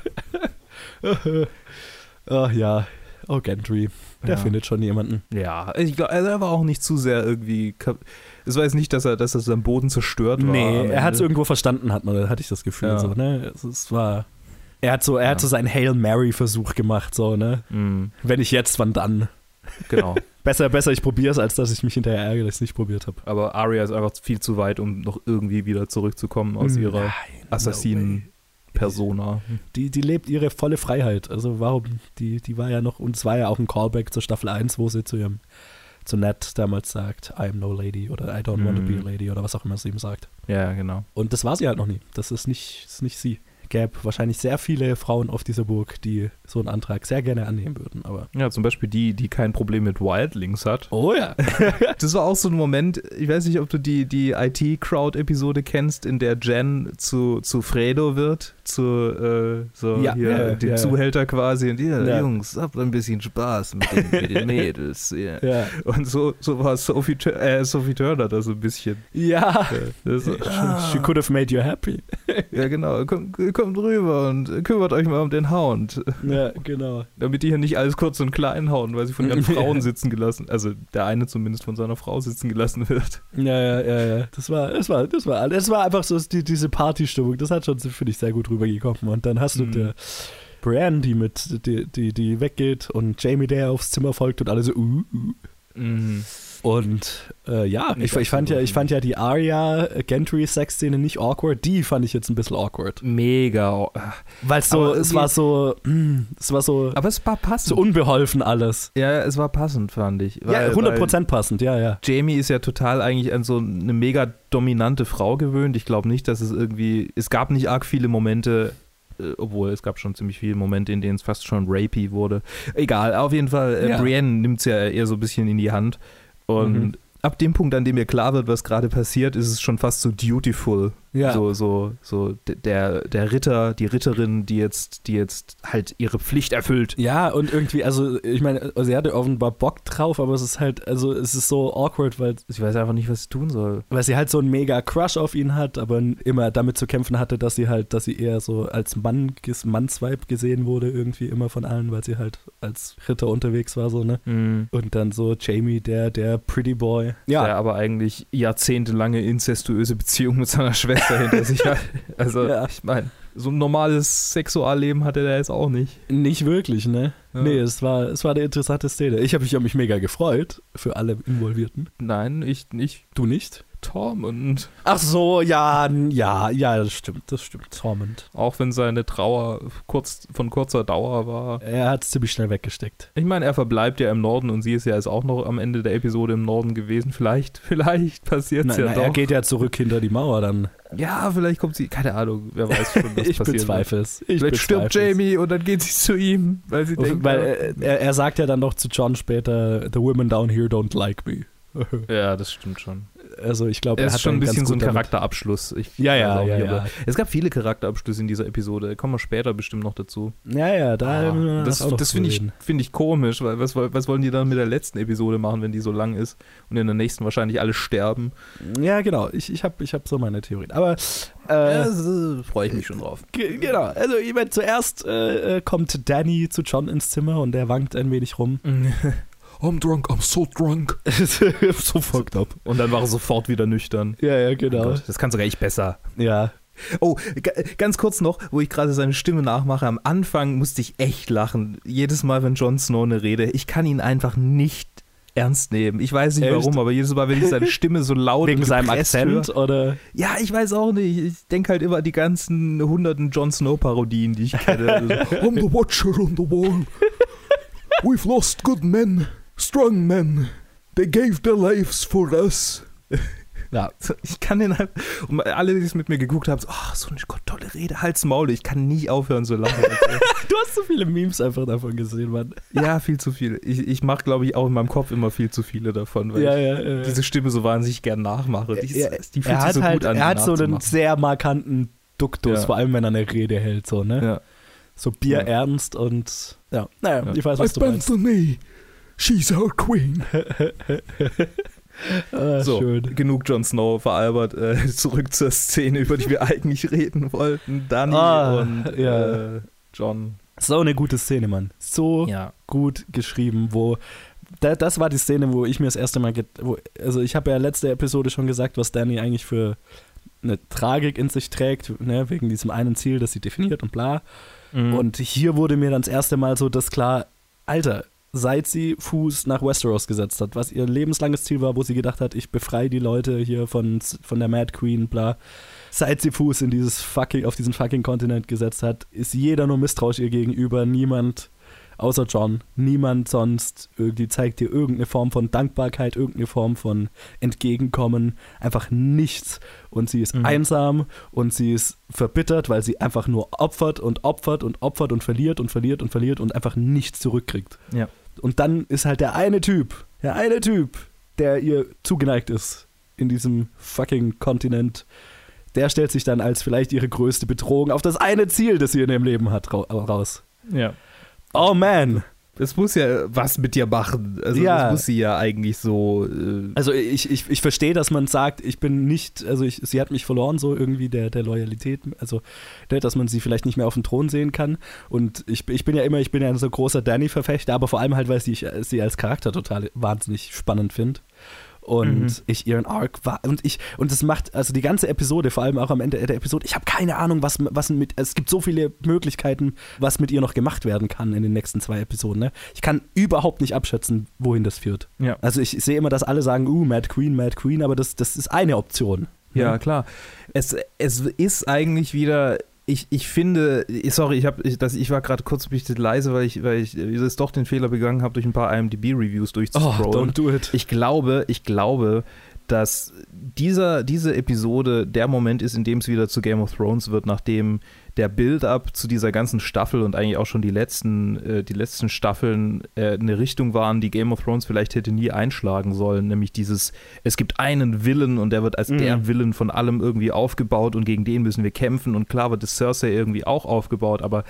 Ach ja, Gendry. Der findet schon jemanden. Ja, ich glaube, er war auch nicht zu sehr irgendwie. Es war jetzt nicht, dass er seinen Boden zerstört war. Nee, er hat es irgendwo verstanden, hatte ich das Gefühl. So, ne? Er hat so seinen Hail Mary-Versuch gemacht, so, ne? Wenn ich jetzt, wann dann? Genau. Besser, ich probiere es, als dass ich mich hinterher ärgere, dass ich es nicht probiert habe. Aber Arya ist einfach viel zu weit, um noch irgendwie wieder zurückzukommen aus ihrer Assassinen-Persona. Die lebt ihre volle Freiheit. Also warum? Die war ja noch, und es war ja auch ein Callback zur Staffel 1, wo sie zu Ned damals sagt, I am no lady oder I don't want to be a lady oder was auch immer sie ihm sagt. Ja, genau. Und das war sie halt noch nie. Das ist nicht sie. Gäbe wahrscheinlich sehr viele Frauen auf dieser Burg, die so einen Antrag sehr gerne annehmen würden. Aber ja, zum Beispiel die kein Problem mit Wildlings hat. Oh ja. Das war auch so ein Moment, ich weiß nicht, ob du die IT-Crowd-Episode kennst, in der Jen zu Fredo wird, dem Zuhälter quasi. Und Jungs, habt ein bisschen Spaß mit den Mädels. Yeah. Ja. Und so war Sophie Turner da so ein bisschen. Ja. She could have made you happy. Ja, genau. Kommt rüber und kümmert euch mal um den Hound. Ja, genau. Damit die hier nicht alles kurz und klein hauen, weil sie von ihren Frauen sitzen gelassen, also der eine zumindest von seiner Frau sitzen gelassen wird. Ja. Das war einfach so diese Partystimmung. Das hat schon, finde ich, sehr gut rübergekommen. Und dann hast du der Brienne, die weggeht und Jaime, der aufs Zimmer folgt und alle so Und ich fand ja die Arya-Gendry-Sex-Szene nicht awkward. Die fand ich jetzt ein bisschen awkward. Mega. Weil es war so. Aber es war passend. So unbeholfen alles. Ja, es war passend, fand ich. Ja, 100% passend, ja. Jaime ist ja total eigentlich an so eine mega dominante Frau gewöhnt. Ich glaube nicht, dass es gab nicht arg viele Momente, obwohl es gab schon ziemlich viele Momente, in denen es fast schon rapey wurde. Egal, auf jeden Fall, Brienne nimmt es ja eher so ein bisschen in die Hand. Und ab dem Punkt, an dem mir klar wird, was gerade passiert, ist es schon fast so dutiful. Ja. So der Ritter, die Ritterin, die jetzt halt ihre Pflicht erfüllt. Ja, und irgendwie, also ich meine, sie hatte offenbar Bock drauf, aber es ist halt, also es ist so awkward, weil ich weiß einfach nicht, was sie tun soll. Weil sie halt so einen mega Crush auf ihn hat, aber immer damit zu kämpfen hatte, dass sie eher so als Mannsweib gesehen wurde, irgendwie immer von allen, weil sie halt als Ritter unterwegs war, so, ne? Und dann so Jaime, der Pretty Boy. Ja. Der aber eigentlich jahrzehntelange inzestuöse Beziehung mit seiner Schwester hinter sich hat. Also, ich meine, so ein normales Sexualleben hatte der jetzt auch nicht. Nicht wirklich, ne? Ja. Nee, es war eine interessante Szene. Ich habe mich mega gefreut für alle Involvierten. Nein, ich nicht. Du nicht? Tormund. Ach so, ja, das stimmt, Tormund. Auch wenn seine Trauer von kurzer Dauer war. Er hat es ziemlich schnell weggesteckt. Ich meine, er verbleibt ja im Norden und sie ist ja jetzt auch noch am Ende der Episode im Norden gewesen. Vielleicht passiert es ja doch. Er geht ja zurück hinter die Mauer dann. Ja, vielleicht kommt sie, keine Ahnung, wer weiß schon, was ich passiert. Vielleicht stirbt Jaime und dann geht sie zu ihm, weil sie denkt. Weil er sagt ja dann noch zu Jon später, the women down here don't like me. Ja, das stimmt schon. Also ich glaube, er hat schon ein bisschen so einen Charakterabschluss. Ja. Es gab viele Charakterabschlüsse in dieser Episode. Kommen wir später bestimmt noch dazu. Ja, das finde ich komisch, weil was wollen die dann mit der letzten Episode machen, wenn die so lang ist und in der nächsten wahrscheinlich alle sterben? Ja, genau. Ich hab so meine Theorien. Aber freue ich mich schon drauf. Genau. Also ich meine, zuerst kommt Danny zu Jon ins Zimmer und der wankt ein wenig rum. I'm drunk, I'm so drunk. So fucked up. Und dann war er sofort wieder nüchtern. Ja, genau. Oh Gott, das kann sogar ich besser. Ja. Oh, ganz kurz noch, wo ich gerade seine Stimme nachmache. Am Anfang musste ich echt lachen. Jedes Mal, wenn Jon Snow eine Rede, ich kann ihn einfach nicht ernst nehmen. Ich weiß nicht warum, aber jedes Mal, wenn ich seine Stimme so laut wegen seinem Akzent höre, oder? Ja, ich weiß auch nicht. Ich denke halt immer an die ganzen hunderten Jon Snow Parodien, die ich kenne. I'm the Watcher on the Wall. We've lost good men, strong men. They gave their lives for us. Ja. Ich kann den halt, und alle, die es mit mir geguckt haben, so eine tolle Rede, Hals Maul, ich kann nie aufhören zu lachen. Du hast so viele Memes einfach davon gesehen, Mann. Ja, viel zu viel. Ich mache, glaube ich, auch in meinem Kopf immer viel zu viele davon, weil ich diese Stimme so wahnsinnig gern nachmache. Die fühlt sich so gut an. Er hat so einen sehr markanten Duktus, vor allem wenn er eine Rede hält, so, ne? Ja. So bierernst und, ich weiß, was du meinst. She's our queen. So, schön. Genug Jon Snow veralbert. Zurück zur Szene, über die wir eigentlich reden wollten. Dany und Jon. So eine gute Szene, Mann. So gut geschrieben, das war die Szene, wo ich mir das erste Mal, also ich habe ja letzte Episode schon gesagt, was Dany eigentlich für eine Tragik in sich trägt, ne, wegen diesem einen Ziel, das sie definiert und bla. Mhm. Und hier wurde mir dann das erste Mal so das klar, Alter, seit sie Fuß nach Westeros gesetzt hat, was ihr lebenslanges Ziel war, wo sie gedacht hat, ich befreie die Leute hier von der Mad Queen, bla. Seit sie Fuß in auf diesen fucking Kontinent gesetzt hat, ist jeder nur misstrauisch ihr gegenüber, niemand, außer Jon, niemand sonst irgendwie zeigt ihr irgendeine Form von Dankbarkeit, irgendeine Form von Entgegenkommen, einfach nichts. Und sie ist einsam und sie ist verbittert, weil sie einfach nur opfert und opfert und opfert und verliert und verliert und verliert und einfach nichts zurückkriegt. Ja. Und dann ist halt der eine Typ, der ihr zugeneigt ist in diesem fucking Kontinent, der stellt sich dann als vielleicht ihre größte Bedrohung auf das eine Ziel, das sie in ihrem Leben hat, raus. Ja. Oh man. Das muss ja was mit dir machen. Also das muss sie ja eigentlich so. Also ich verstehe, dass man sagt, ich bin nicht, also sie hat mich verloren, so irgendwie der Loyalität, also dass man sie vielleicht nicht mehr auf dem Thron sehen kann. Und ich bin ja ein so großer Dany-Verfechter, aber vor allem halt, weil ich sie als Charakter total wahnsinnig spannend finde. Und ich ihren Arc war, und das macht, also die ganze Episode, vor allem auch am Ende der Episode, ich habe keine Ahnung, was es gibt so viele Möglichkeiten, was mit ihr noch gemacht werden kann in den nächsten 2 Episoden, ne? Ich kann überhaupt nicht abschätzen, wohin das führt. Ja. Also ich sehe immer, dass alle sagen, Mad Queen, aber das ist eine Option. Ja, klar. Es ist eigentlich wieder, ich finde, sorry, ich war gerade kurz ein bisschen leise, weil ich jetzt doch den Fehler begangen habe, durch ein paar IMDb-Reviews durchzuscrollen. Don't do it. Ich glaube, dass diese Episode der Moment ist, in dem es wieder zu Game of Thrones wird, nachdem der Build-up zu dieser ganzen Staffel und eigentlich auch schon die letzten Staffeln eine Richtung waren, die Game of Thrones vielleicht hätte nie einschlagen sollen, nämlich es gibt einen Willen und der wird als der Willen von allem irgendwie aufgebaut und gegen den müssen wir kämpfen und klar wird das Cersei irgendwie auch aufgebaut, aber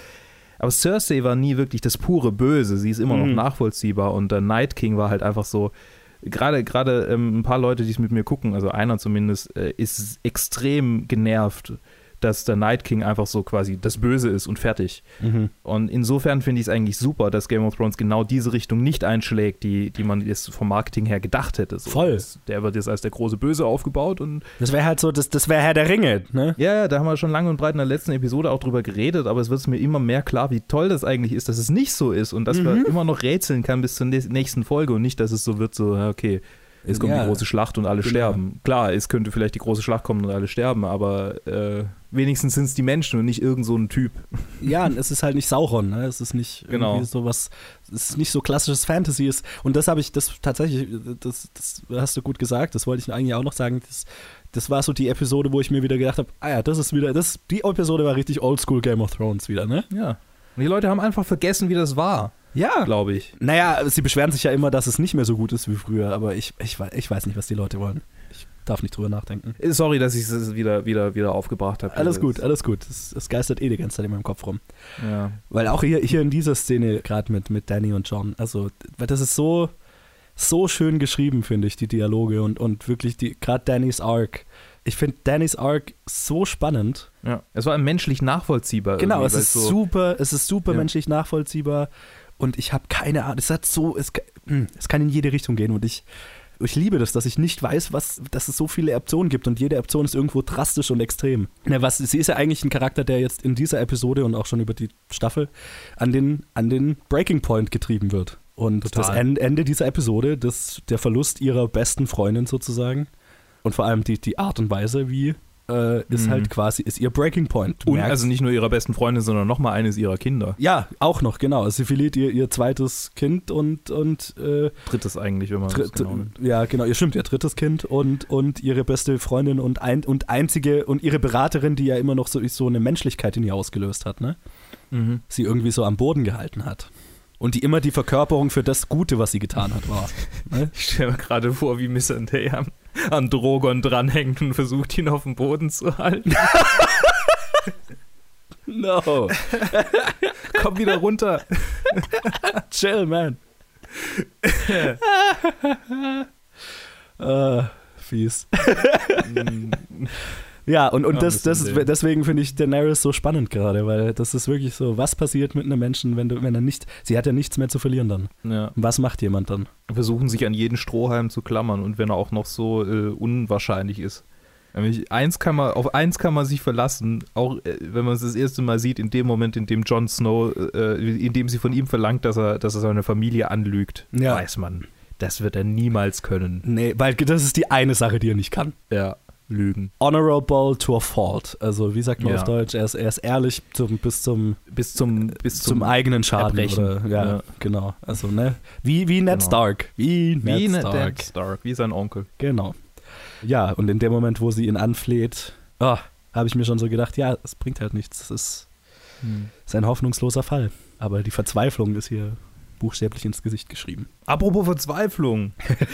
Cersei war nie wirklich das pure Böse, sie ist immer noch nachvollziehbar und der Night King war halt einfach so, gerade ein paar Leute, die es mit mir gucken, also einer zumindest, ist extrem genervt, dass der Night King einfach so quasi das Böse ist und fertig. Und insofern finde ich es eigentlich super, dass Game of Thrones genau diese Richtung nicht einschlägt, die man jetzt vom Marketing her gedacht hätte. So. Voll. Der wird jetzt als der große Böse aufgebaut. Und das wäre halt so, das wäre Herr der Ringe, ne? Ja, da haben wir schon lange und breit in der letzten Episode auch drüber geredet, aber es wird mir immer mehr klar, wie toll das eigentlich ist, dass es nicht so ist und dass man immer noch rätseln kann bis zur nächsten Folge und nicht, dass es so wird, so, okay, es kommt die große Schlacht und alle sterben. Klar, es könnte vielleicht die große Schlacht kommen und alle sterben, aber wenigstens sind es die Menschen und nicht irgend so ein Typ. Ja, und es ist halt nicht Sauron, ne? Es ist nicht irgendwie sowas, es ist nicht so klassisches Fantasy ist. Und das habe ich, das hast du gut gesagt, das wollte ich eigentlich auch noch sagen, das war so die Episode, wo ich mir wieder gedacht habe, die Episode war richtig Oldschool Game of Thrones wieder, ne? Ja. Und die Leute haben einfach vergessen, wie das war. Ja, glaube ich. Naja, sie beschweren sich ja immer, dass es nicht mehr so gut ist wie früher, aber ich weiß nicht, was die Leute wollen. Ich darf nicht drüber nachdenken. Sorry, dass ich es wieder aufgebracht habe. Alles gut. Es geistert die ganze Zeit in meinem Kopf rum. Ja. Weil auch hier in dieser Szene, gerade mit Dany und Jon, also das ist so schön geschrieben, finde ich, die Dialoge und wirklich gerade Dany's Arc. Ich finde Dany's Arc so spannend. Ja, es war menschlich nachvollziehbar. Genau, es ist super menschlich nachvollziehbar. Und ich habe keine Ahnung, es kann in jede Richtung gehen und ich liebe das, dass ich nicht weiß, dass es so viele Optionen gibt und jede Option ist irgendwo drastisch und extrem. Sie ist ja eigentlich ein Charakter, der jetzt in dieser Episode und auch schon über die Staffel an den Breaking Point getrieben wird. Und total. Das Ende dieser Episode, der Verlust ihrer besten Freundin sozusagen und vor allem die Art und Weise, wie ist halt quasi, ist ihr Breaking Point. Und also nicht nur ihrer besten Freundin, sondern nochmal eines ihrer Kinder. Ja, auch noch, genau. Sie verliert ihr zweites Kind und drittes eigentlich, wenn man das genau nimmt. Ja, genau, ihr stimmt, ihr drittes Kind und ihre beste Freundin und einzige und ihre Beraterin, die ja immer noch so eine Menschlichkeit in ihr ausgelöst hat, ne? Mhm. Sie irgendwie so am Boden gehalten hat. Und die immer die Verkörperung für das Gute, was sie getan hat, war. Ne? Ich stelle mir gerade vor, wie Missandei an Drogon dranhängt und versucht, ihn auf dem Boden zu halten. No. Komm wieder runter. Chill, man. Fies. Ja, und deswegen finde ich Daenerys so spannend gerade, weil das ist wirklich so, was passiert mit einem Menschen, wenn er nicht, sie hat ja nichts mehr zu verlieren dann. Ja. Was macht jemand dann? Versuchen sich an jeden Strohhalm zu klammern und wenn er auch noch so unwahrscheinlich ist. Auf eins kann man sich verlassen, auch wenn man es das erste Mal sieht, in dem Moment, in dem Jon Snow, in dem sie von ihm verlangt, dass er seine Familie anlügt, weiß man, das wird er niemals können. Nee, weil das ist die eine Sache, die er nicht kann. Ja. Lügen. Honorable to a fault. Also wie sagt man auf Deutsch? Er ist ehrlich bis zum eigenen Schaden. Oder, ja, genau. Also ne, wie Ned Stark. Wie Ned Stark, wie sein Onkel. Genau. Ja, und in dem Moment, wo sie ihn anfleht, habe ich mir schon so gedacht, ja, es bringt halt nichts. Es ist ein hoffnungsloser Fall. Aber die Verzweiflung ist hier buchstäblich ins Gesicht geschrieben. Apropos Verzweiflung.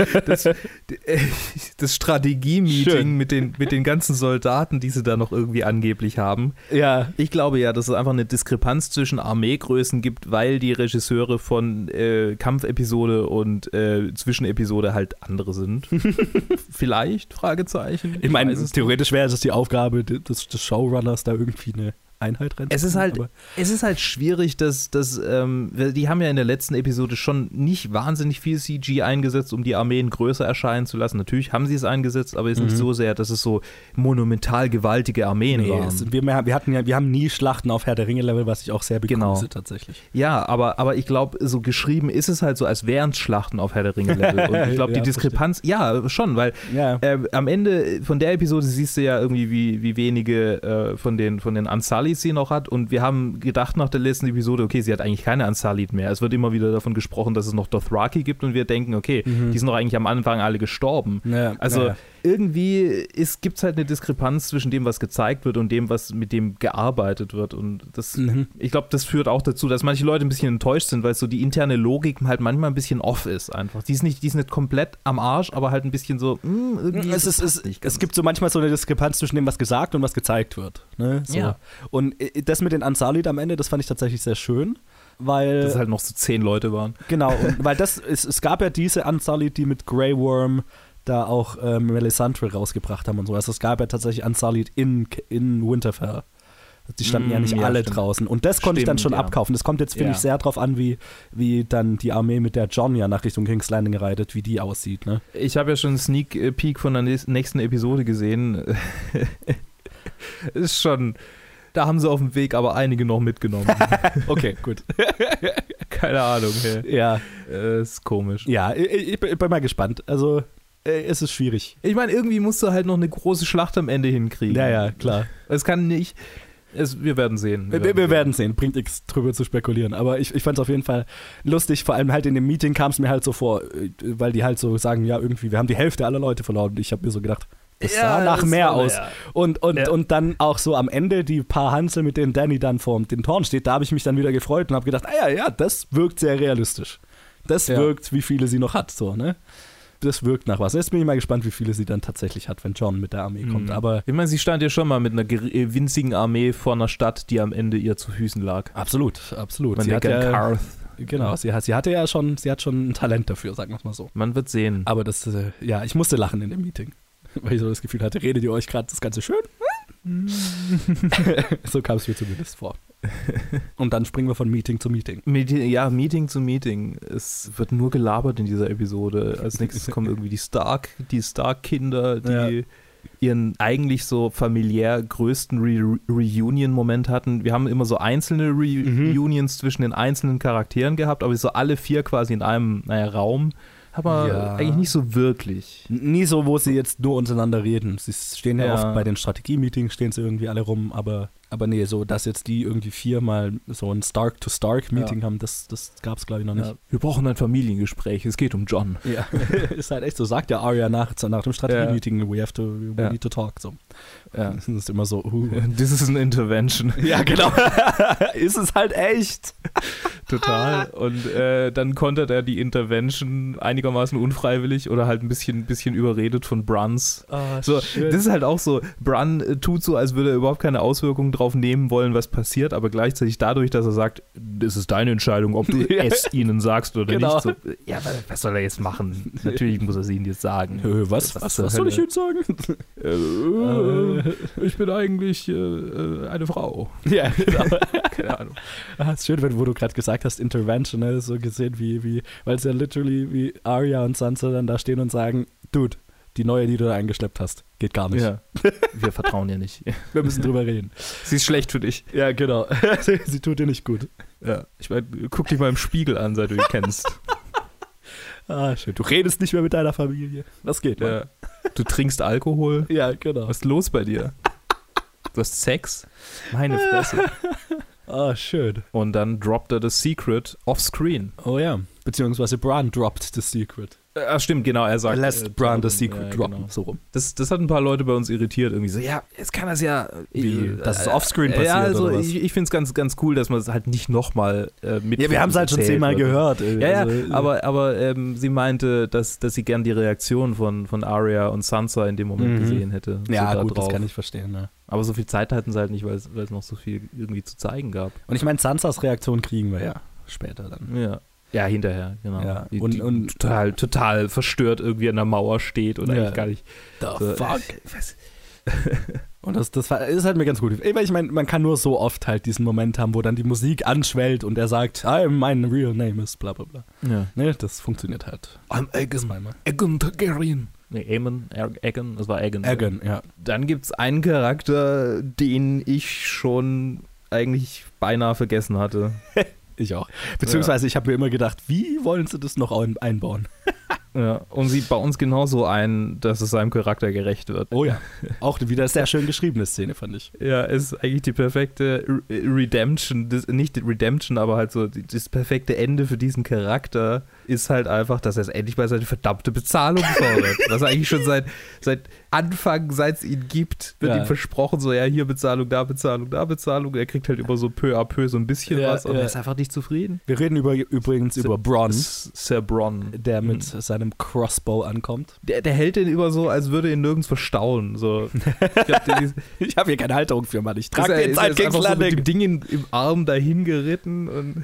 Das Strategie-Meeting mit den ganzen Soldaten, die sie da noch irgendwie angeblich haben. Ja. Ich glaube ja, dass es einfach eine Diskrepanz zwischen Armeegrößen gibt, weil die Regisseure von Kampfepisode und Zwischenepisode halt andere sind. Vielleicht? Fragezeichen. Ich meine, theoretisch wäre es die Aufgabe des Showrunners, da irgendwie eine Einheit rein. Es ist halt schwierig, dass die haben ja in der letzten Episode schon nicht wahnsinnig viel CG eingesetzt, um die Armeen größer erscheinen zu lassen. Natürlich haben sie es eingesetzt, aber es ist nicht so sehr, dass es so monumental gewaltige Armeen waren. Wir haben nie Schlachten auf Herr der Ringe-Level, was ich auch sehr begrüße tatsächlich. Ja, aber ich glaube, so geschrieben ist es halt so, als wären es Schlachten auf Herr der Ringe-Level. Und ich glaube, die Diskrepanz, ja, schon, weil am Ende von der Episode siehst du ja irgendwie, wie wenige von den Unsullied sie noch hat und wir haben gedacht nach der letzten Episode, okay, sie hat eigentlich keine Unsullied mehr. Es wird immer wieder davon gesprochen, dass es noch Dothraki gibt und wir denken, okay, die sind doch eigentlich am Anfang alle gestorben. Irgendwie gibt es halt eine Diskrepanz zwischen dem, was gezeigt wird und dem, was mit dem gearbeitet wird und das, ich glaube, das führt auch dazu, dass manche Leute ein bisschen enttäuscht sind, weil so die interne Logik halt manchmal ein bisschen off ist einfach. Die ist nicht komplett am Arsch, aber halt ein bisschen so, irgendwie es gibt so manchmal so eine Diskrepanz zwischen dem, was gesagt und was gezeigt wird. Ne? So. Ja. Und das mit den Unsullied am Ende, das fand ich tatsächlich sehr schön, weil... Dass halt noch so 10 Leute waren. Genau, weil es gab ja diese Unsullied, die mit Grey Worm da auch Melisandre rausgebracht haben und so. Also es gab ja tatsächlich Unsullied in Winterfell. Die standen ja nicht alle draußen. Und das konnte ich dann schon abkaufen. Das kommt jetzt, finde ich, sehr drauf an, wie dann die Armee, mit der Jon ja nach Richtung King's Landing reitet, wie die aussieht. Ne? Ich habe ja schon einen Sneak Peek von der nächsten Episode gesehen. Ist schon... Da haben sie auf dem Weg aber einige noch mitgenommen. Okay, gut. Keine Ahnung. Hey. Ja. Ist komisch. Ja, ich bin mal gespannt. Also, es ist schwierig. Ich meine, irgendwie musst du halt noch eine große Schlacht am Ende hinkriegen. Ja, klar. Es kann nicht... wir werden sehen. Wir werden sehen. Bringt nichts drüber zu spekulieren. Aber ich fand es auf jeden Fall lustig. Vor allem halt in dem Meeting kam es mir halt so vor, weil die halt so sagen, ja, irgendwie, wir haben die Hälfte aller Leute verloren. Und ich habe mir so gedacht, das sah nach mehr aus. Ja. Und dann auch so am Ende die paar Hansel, mit denen Dany dann vor den Toren steht, da habe ich mich dann wieder gefreut und habe gedacht, das wirkt sehr realistisch. Das wirkt, wie viele sie noch hat. So, ne? Das wirkt nach was. Jetzt bin ich mal gespannt, wie viele sie dann tatsächlich hat, wenn Jon mit der Armee kommt. Aber ich meine, sie stand ja schon mal mit einer winzigen Armee vor einer Stadt, die am Ende ihr zu Füßen lag. Absolut. Sie hat Karth. Genau, sie hat schon ein Talent dafür, sagen wir es mal so. Man wird sehen. Aber ich musste lachen in dem Meeting. Weil ich so das Gefühl hatte, redet ihr euch gerade das Ganze schön? So kam es mir zumindest vor. Und dann springen wir von Meeting zu Meeting. Meeting zu Meeting. Es wird nur gelabert in dieser Episode. Als nächstes kommen irgendwie die Stark-Kinder, die ihren eigentlich so familiär größten Reunion-Moment hatten. Wir haben immer so einzelne Reunions zwischen den einzelnen Charakteren gehabt, aber so alle 4 quasi in einem Raum aber eigentlich nicht so wirklich. Nie so, wo sie jetzt nur untereinander reden. Sie stehen ja oft bei den Strategie-Meetings, stehen sie irgendwie alle rum, aber nee, so, dass jetzt die irgendwie 4-mal so ein Stark-to-Stark-Meeting haben, das gab es, glaube ich, noch nicht. Ja. Wir brauchen ein Familiengespräch, es geht um John. Ja, ist halt echt so, sagt ja Arya nach dem Strategie-Meeting, we need to talk, so. Ja. Das ist immer so, This is an intervention. Ja, genau. Ist es halt echt. Total. Und dann kontert er die Intervention einigermaßen unfreiwillig oder halt ein bisschen überredet von Bruns. So, das ist halt auch so, Brun tut so, als würde er überhaupt keine Auswirkungen drauf nehmen wollen, was passiert, aber gleichzeitig dadurch, dass er sagt, das ist deine Entscheidung, ob du es ihnen sagst oder nicht. So, ja, was soll er jetzt machen? Natürlich muss er es ihnen jetzt sagen. Was soll ich jetzt sagen? Ich bin eigentlich eine Frau. Ja, genau. Keine Ahnung. Ist schön, wo du gerade gesagt hast, Intervention, ne? So gesehen weil es ja literally wie Arya und Sansa dann da stehen und sagen, Dude, die neue, die du da eingeschleppt hast, geht gar nicht. Ja. Wir vertrauen ihr nicht. Wir müssen drüber reden. Sie ist schlecht für dich. Ja, genau. Sie tut dir nicht gut. Ja. Ich meine, guck dich mal im Spiegel an, seit du ihn kennst. Schön. Du redest nicht mehr mit deiner Familie. Was geht, Mann? Ja. Du trinkst Alkohol. Ja, genau. Was ist los bei dir? Du hast Sex? Meine Fresse. Schön. Und dann droppt er das Secret offscreen. Oh ja. Beziehungsweise Bran droppt the Secret. Stimmt, genau, er sagt. Er lässt Bran the Secret droppen, genau. So rum. Das hat ein paar Leute bei uns irritiert, irgendwie so, ja, jetzt kann das ja... dass es offscreen passiert, ja, also oder was? Ich finde es ganz, ganz cool, dass man es halt nicht nochmal mit... Ja, wir haben es halt schon 10-mal gehört. Ja, also, aber sie meinte, dass sie gern die Reaktion von Arya und Sansa in dem Moment gesehen hätte. Ja, so gut, das kann ich verstehen, ne? Aber so viel Zeit hatten sie halt nicht, weil es noch so viel irgendwie zu zeigen gab. Und ich meine, Sansas Reaktion kriegen wir ja später dann. Ja, hinterher, genau. Ja. Die Und total verstört irgendwie an der Mauer steht und eigentlich gar nicht. Fuck? Und das ist halt mir ganz gut. Weil ich meine, man kann nur so oft halt diesen Moment haben, wo dann die Musik anschwellt und er sagt, mein real name is bla bla bla. Ja. Ne, das funktioniert halt. I'm Aegon Targaryen. Nee, Aegon, das war Aegon. Aegon, ja. Dann gibt es einen Charakter, den ich schon eigentlich beinahe vergessen hatte. Ich auch. Beziehungsweise ich habe mir immer gedacht, wie wollen sie das noch einbauen? Ja, und sie bauen es genauso ein, dass es seinem Charakter gerecht wird. Oh ja. Auch wieder sehr schön geschriebene Szene, fand ich. Ja, es ist eigentlich die perfekte Redemption, nicht Redemption, aber halt so das perfekte Ende für diesen Charakter ist halt einfach, dass er es endlich mal seine verdammte Bezahlung fordert. Was eigentlich schon seit Anfang, seit es ihn gibt, wird ihm versprochen, so, ja, hier Bezahlung, da Bezahlung, da Bezahlung. Er kriegt halt immer so peu à peu so ein bisschen was und er ist einfach nicht zufrieden. Wir reden übrigens über Bronn. Sir Bronn. Der mit seinem Crossbow ankommt. Der hält den immer so, als würde ihn nirgends verstauen. So. Ich habe hier keine Halterung für, Mann. Ich trage den Sidekicks Landing. So mit dem Ding im Arm dahin geritten. Und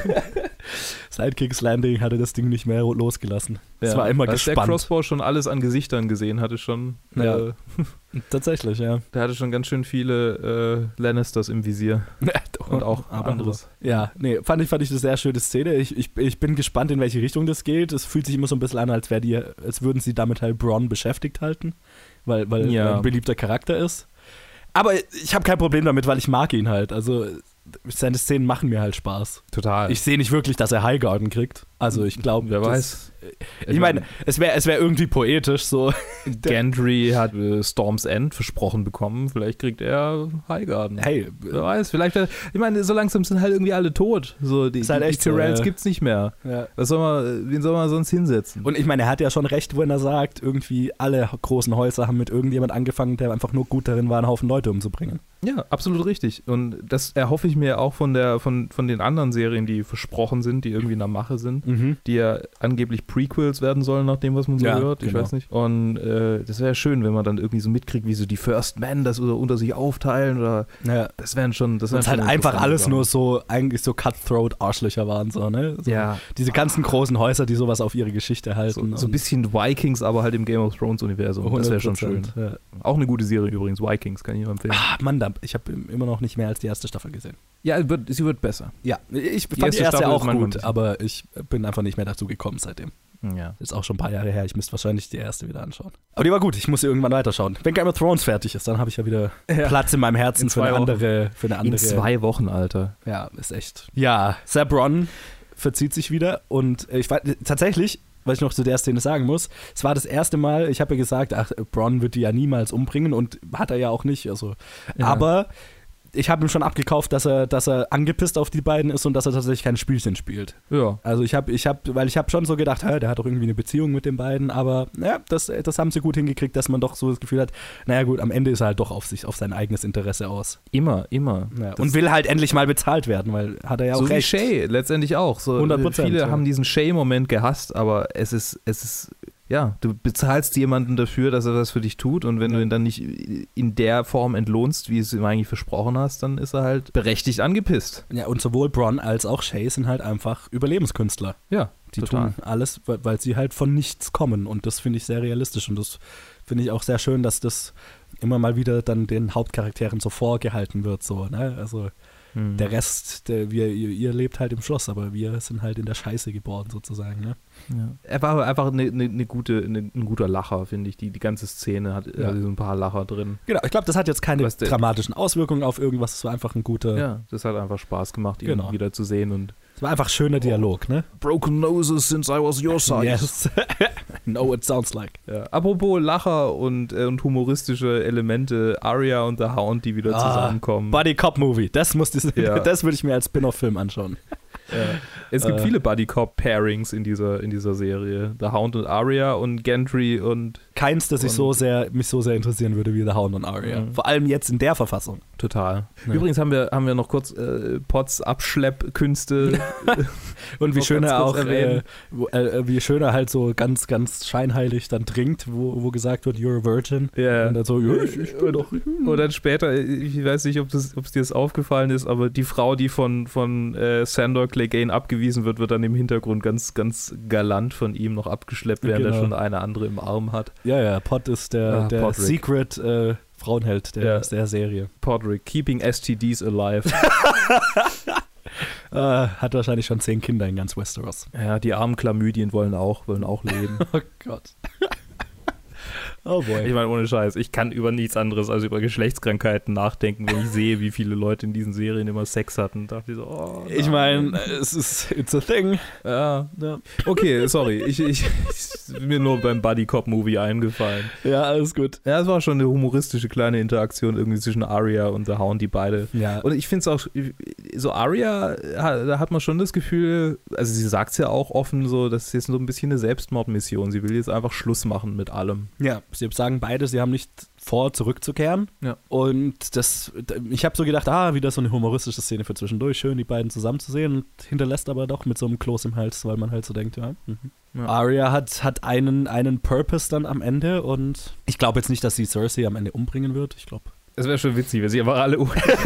Sidekicks Landing hatte das Ding nicht mehr losgelassen. Es war immer gespannt. Der Crossbow schon alles an Gesichtern gesehen hatte schon. Ja. Tatsächlich, ja. Der hatte schon ganz schön viele Lannisters im Visier. Und auch anderes. Ja, nee, fand ich eine sehr schöne Szene. Ich bin gespannt, in welche Richtung das geht. Es fühlt sich immer so ein bisschen an, als würden sie damit halt Bronn beschäftigt halten, weil er ein beliebter Charakter ist. Aber ich habe kein Problem damit, weil ich mag ihn halt. Also seine Szenen machen mir halt Spaß. Total. Ich sehe nicht wirklich, dass er Highgarden kriegt. Also ich glaube, wer weiß. Ich meine, es wär irgendwie poetisch so. Gendry hat Storm's End versprochen bekommen. Vielleicht kriegt er Highgarden. Hey, wer weiß. Vielleicht, ich meine, so langsam sind halt irgendwie alle tot. So, die Tyrells gibt's nicht mehr. Ja. Wen soll man sonst hinsetzen? Und ich meine, er hat ja schon recht, wenn er sagt, irgendwie alle großen Häuser haben mit irgendjemand angefangen, der einfach nur gut darin war, einen Haufen Leute umzubringen. Ja, absolut richtig. Und das erhoffe ich mir auch von den anderen Serien, die versprochen sind, die irgendwie in der Mache sind, die ja angeblich Prequels werden sollen, nach dem, was man so hört. Ich weiß nicht. Und das wäre schön, wenn man dann irgendwie so mitkriegt, wie so die First Men das unter sich aufteilen oder das wären schon. Das halt einfach alles nur so, eigentlich so Cutthroat-Arschlöcher waren, so, ne? So, diese ganzen großen Häuser, die sowas auf ihre Geschichte halten. So ein bisschen Vikings, aber halt im Game of Thrones-Universum. Das wäre schon schön. Ja. Auch eine gute Serie übrigens, Vikings, kann ich nur empfehlen. Mann, ich habe immer noch nicht mehr als die erste Staffel gesehen. Ja, sie wird besser. Ja, ich fand die erste auch gut, aber ich bin einfach nicht mehr dazu gekommen seitdem. Ja. Ist auch schon ein paar Jahre her, ich müsste wahrscheinlich die erste wieder anschauen. Aber die war gut, ich muss sie irgendwann weiterschauen. Wenn Game of Thrones fertig ist, dann habe ich ja wieder Platz in meinem Herzen für eine andere. In 2 Wochen, Alter. Ja, ist echt. Ja, Sir Bronn verzieht sich wieder und ich weiß tatsächlich, was ich noch zu der Szene sagen muss, es war das erste Mal, ich habe ja gesagt, Bronn wird die ja niemals umbringen und hat er ja auch nicht, also, aber ich habe ihm schon abgekauft, dass er angepisst auf die beiden ist und dass er tatsächlich kein Spielchen spielt. Ja. Also ich habe schon so gedacht, der hat doch irgendwie eine Beziehung mit den beiden, aber das haben sie gut hingekriegt, dass man doch so das Gefühl hat, naja gut, am Ende ist er halt doch auf sein eigenes Interesse aus. Immer. Ja, und will halt endlich mal bezahlt werden, weil hat er ja auch so recht. So wie Shay, letztendlich auch. So, 100%. Viele haben diesen Shay-Moment gehasst, aber es ist ja, du bezahlst jemanden dafür, dass er das für dich tut und wenn du ihn dann nicht in der Form entlohnst, wie es ihm eigentlich versprochen hast, dann ist er halt berechtigt angepisst. Ja, und sowohl Bronn als auch Shay sind halt einfach Überlebenskünstler. Ja, die tun alles, weil sie halt von nichts kommen und das finde ich sehr realistisch und das finde ich auch sehr schön, dass das immer mal wieder dann den Hauptcharakteren so vorgehalten wird, so, ne, also der Rest, ihr lebt halt im Schloss, aber wir sind halt in der Scheiße geboren sozusagen, ne? Ja. Er war einfach ein guter Lacher, finde ich. Die ganze Szene hat so ein paar Lacher drin. Genau, ich glaube, das hat jetzt keine dramatischen Auswirkungen auf irgendwas. Es war einfach ein guter... Ja, das hat einfach Spaß gemacht, ihn wieder zu sehen. Und es war einfach schöner Dialog, ne? Broken noses since I was your size. Yes. No, it sounds like. Ja. Apropos Lacher und humoristische Elemente, Arya und The Hound, die wieder zusammenkommen. Buddy-Cop-Movie, das würde ich mir als Spin-off-Film anschauen. Ja. Es gibt viele Buddy-Cop-Pairings in dieser Serie. The Hound und Arya und Gendry und... Keins, das mich so sehr interessieren würde wie The Hound und Arya. Vor allem jetzt in der Verfassung. Total. Ja. Übrigens haben wir noch kurz Potts Abschleppkünste und wie schön er auch wie schön er halt so ganz, ganz scheinheilig dann trinkt, wo gesagt wird, you're a virgin. Ja. Und dann so, ich bin doch... Und dann später, ich weiß nicht, ob es dir das aufgefallen ist, aber die Frau, die von Sandor Clegane abgewiesen wird dann im Hintergrund ganz, ganz galant von ihm noch abgeschleppt, während er schon eine andere im Arm hat. Ja, Pot ist der Secret Frauenheld der Serie. Podrick, keeping STDs alive. Hat wahrscheinlich schon 10 Kinder in ganz Westeros. Ja, die armen Chlamydien wollen auch leben. Oh Gott. Oh boy. Ich meine, ohne Scheiß, ich kann über nichts anderes als über Geschlechtskrankheiten nachdenken, wenn ich sehe, wie viele Leute in diesen Serien immer Sex hatten. Da dachte ich so, ich meine, it's a thing. Ja. Okay, sorry, ich mir nur beim Buddy-Cop-Movie eingefallen. Ja, alles gut. Ja, es war schon eine humoristische kleine Interaktion irgendwie zwischen Arya und The Hound, die beide. Ja. Und ich finde es auch, so Arya, da hat man schon das Gefühl, also sie sagt es ja auch offen so, das ist jetzt so ein bisschen eine Selbstmordmission. Sie will jetzt einfach Schluss machen mit allem. Ja, sie sagen beide, sie haben nicht vor, zurückzukehren. Ja. Und ich habe so gedacht, wieder so eine humoristische Szene für zwischendurch, schön die beiden zusammenzusehen und hinterlässt aber doch mit so einem Kloß im Hals, weil man halt so denkt, ja. Arya hat einen Purpose dann am Ende und ich glaube jetzt nicht, dass sie Cersei am Ende umbringen wird. Ich glaube, es wäre schon witzig, wenn sie einfach alle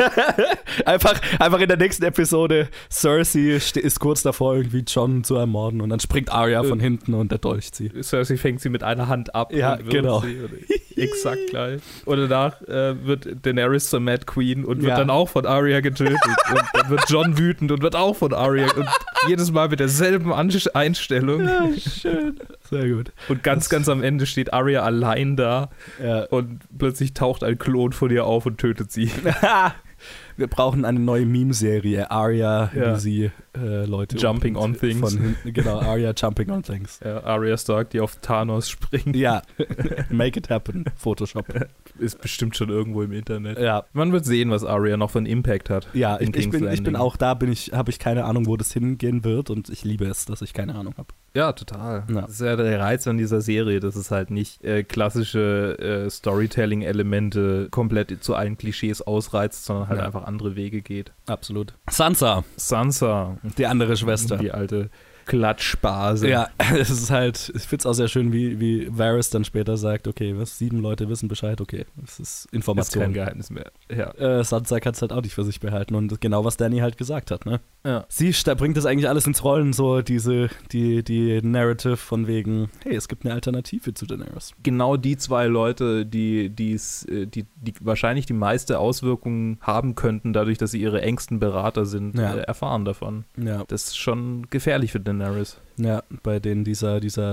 einfach in der nächsten Episode Cersei ist kurz davor, irgendwie Jon zu ermorden und dann springt Arya von hinten und erdolcht sie. Cersei fängt sie mit einer Hand ab. Ja, und genau. Exakt gleich. Und danach wird Daenerys zur Mad Queen und wird dann auch von Arya getötet. Und dann wird Jon wütend und wird auch von Arya und jedes Mal mit derselben Einstellung. Ja, schön. Sehr gut. Und ganz am Ende steht Arya allein da und plötzlich taucht ein Klon von ihr auf und tötet sie. Wir brauchen eine neue Meme-Serie. Arya, wie sie Leute Jumping on Things. Genau, Arya Jumping on Things. Ja, Arya Stark, die auf Thanos springt. Ja, make it happen. Photoshop. Ist bestimmt schon irgendwo im Internet. Ja. Man wird sehen, was Arya noch für einen Impact hat. Ja, ich bin auch da, habe ich keine Ahnung, wo das hingehen wird und ich liebe es, dass ich keine Ahnung habe. Ja, total. Ja. Das ist ja der Reiz an dieser Serie, dass es halt nicht klassische Storytelling-Elemente komplett zu allen Klischees ausreizt, sondern halt einfach andere Wege geht. Absolut. Sansa. Die andere Schwester. Die alte Klatschbase. Ja, es ist halt, ich finde es auch sehr schön, wie Varys dann später sagt, okay, 7 Leute wissen Bescheid, okay, das ist Information. Ist kein Geheimnis mehr. Ja. Sansa kann es halt auch nicht für sich behalten und genau, was Dany halt gesagt hat, ne? Ja. Sie bringt das eigentlich alles ins Rollen, so die Narrative von wegen, hey, es gibt eine Alternative zu Daenerys. Genau die 2 Leute, die wahrscheinlich die meiste Auswirkungen haben könnten, dadurch, dass sie ihre engsten Berater sind, erfahren davon. Ja. Das ist schon gefährlich für Daenerys. Ja, bei denen dieser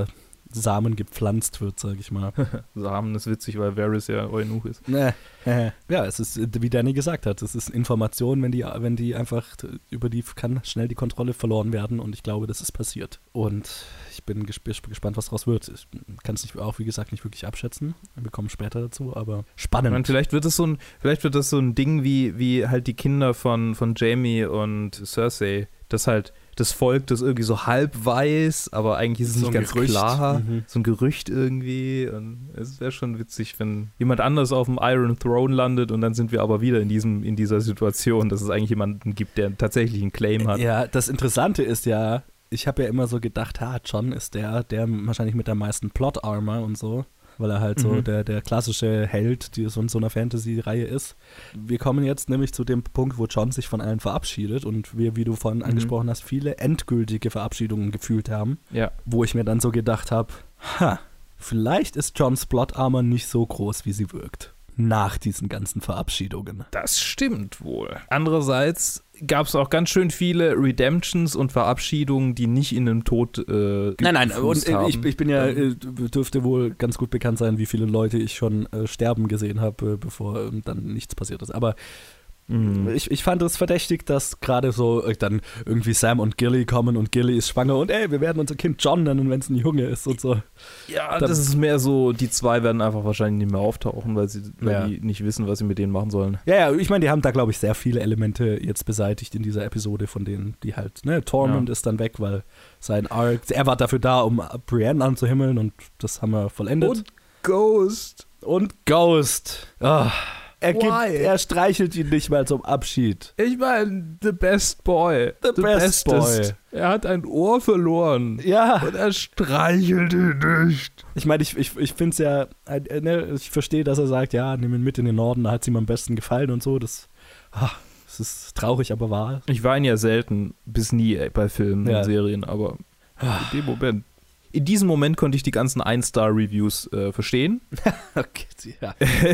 Samen gepflanzt wird, sag ich mal. Samen ist witzig, weil Varys ja Eunuch ist. Ja, es ist, wie Danny gesagt hat, es ist Information, wenn die einfach, über die kann schnell die Kontrolle verloren werden und ich glaube, das ist passiert. Und ich bin gespannt, was daraus wird. Ich kann es auch, wie gesagt, nicht wirklich abschätzen. Wir kommen später dazu, aber spannend. Meine, vielleicht wird das so ein Ding wie halt die Kinder von Jaime und Cersei, das halt das Volk, das irgendwie so halb weiß, aber eigentlich ist es nicht ganz klar. So ein Gerücht irgendwie. Und es wäre schon witzig, wenn jemand anders auf dem Iron Throne landet und dann sind wir aber wieder in dieser Situation, dass es eigentlich jemanden gibt, der tatsächlich einen Claim hat. Ja, das Interessante ist ja, ich habe ja immer so gedacht, Jon ist der wahrscheinlich mit der meisten Plot-Armor und so, weil er halt so der klassische Held, die so in so einer Fantasy-Reihe ist. Wir kommen jetzt nämlich zu dem Punkt, wo Jon sich von allen verabschiedet und wir, wie du vorhin angesprochen hast, viele endgültige Verabschiedungen gefühlt haben. Ja. Wo ich mir dann so gedacht habe, vielleicht ist Jons Plot-Armor nicht so groß, wie sie wirkt. Nach diesen ganzen Verabschiedungen. Das stimmt wohl. Andererseits gab es auch ganz schön viele Redemptions und Verabschiedungen, die nicht in den Tod Nein, und ich bin ja, dürfte wohl ganz gut bekannt sein, wie viele Leute ich schon sterben gesehen habe, bevor dann nichts passiert ist. Aber ich fand es verdächtig, dass gerade so dann irgendwie Sam und Gilly kommen und Gilly ist schwanger und wir werden unser Kind Jon nennen, wenn es ein Junge ist und so. Ja, das ist mehr so, die zwei werden einfach wahrscheinlich nicht mehr auftauchen, weil die nicht wissen, was sie mit denen machen sollen. Ja, ich meine, die haben da, glaube ich, sehr viele Elemente jetzt beseitigt in dieser Episode, von denen die halt, Tormund ist dann weg, weil sein Arc, er war dafür da, um Brienne anzuhimmeln und das haben wir vollendet. Und Ghost. Er streichelt ihn nicht mal zum Abschied. Ich meine, the best boy. The best boy. Er hat ein Ohr verloren. Ja. Und er streichelt ihn nicht. Ich meine, ich finde es ja, ich verstehe, dass er sagt, ja, nimm ihn mit in den Norden, da hat es ihm am besten gefallen und so. Das ist traurig, aber wahr. Ich weine ja selten, bis nie bei Filmen und Serien, aber in dem Moment. In diesem Moment konnte ich die ganzen 1-Star-Reviews verstehen. Okay, ja.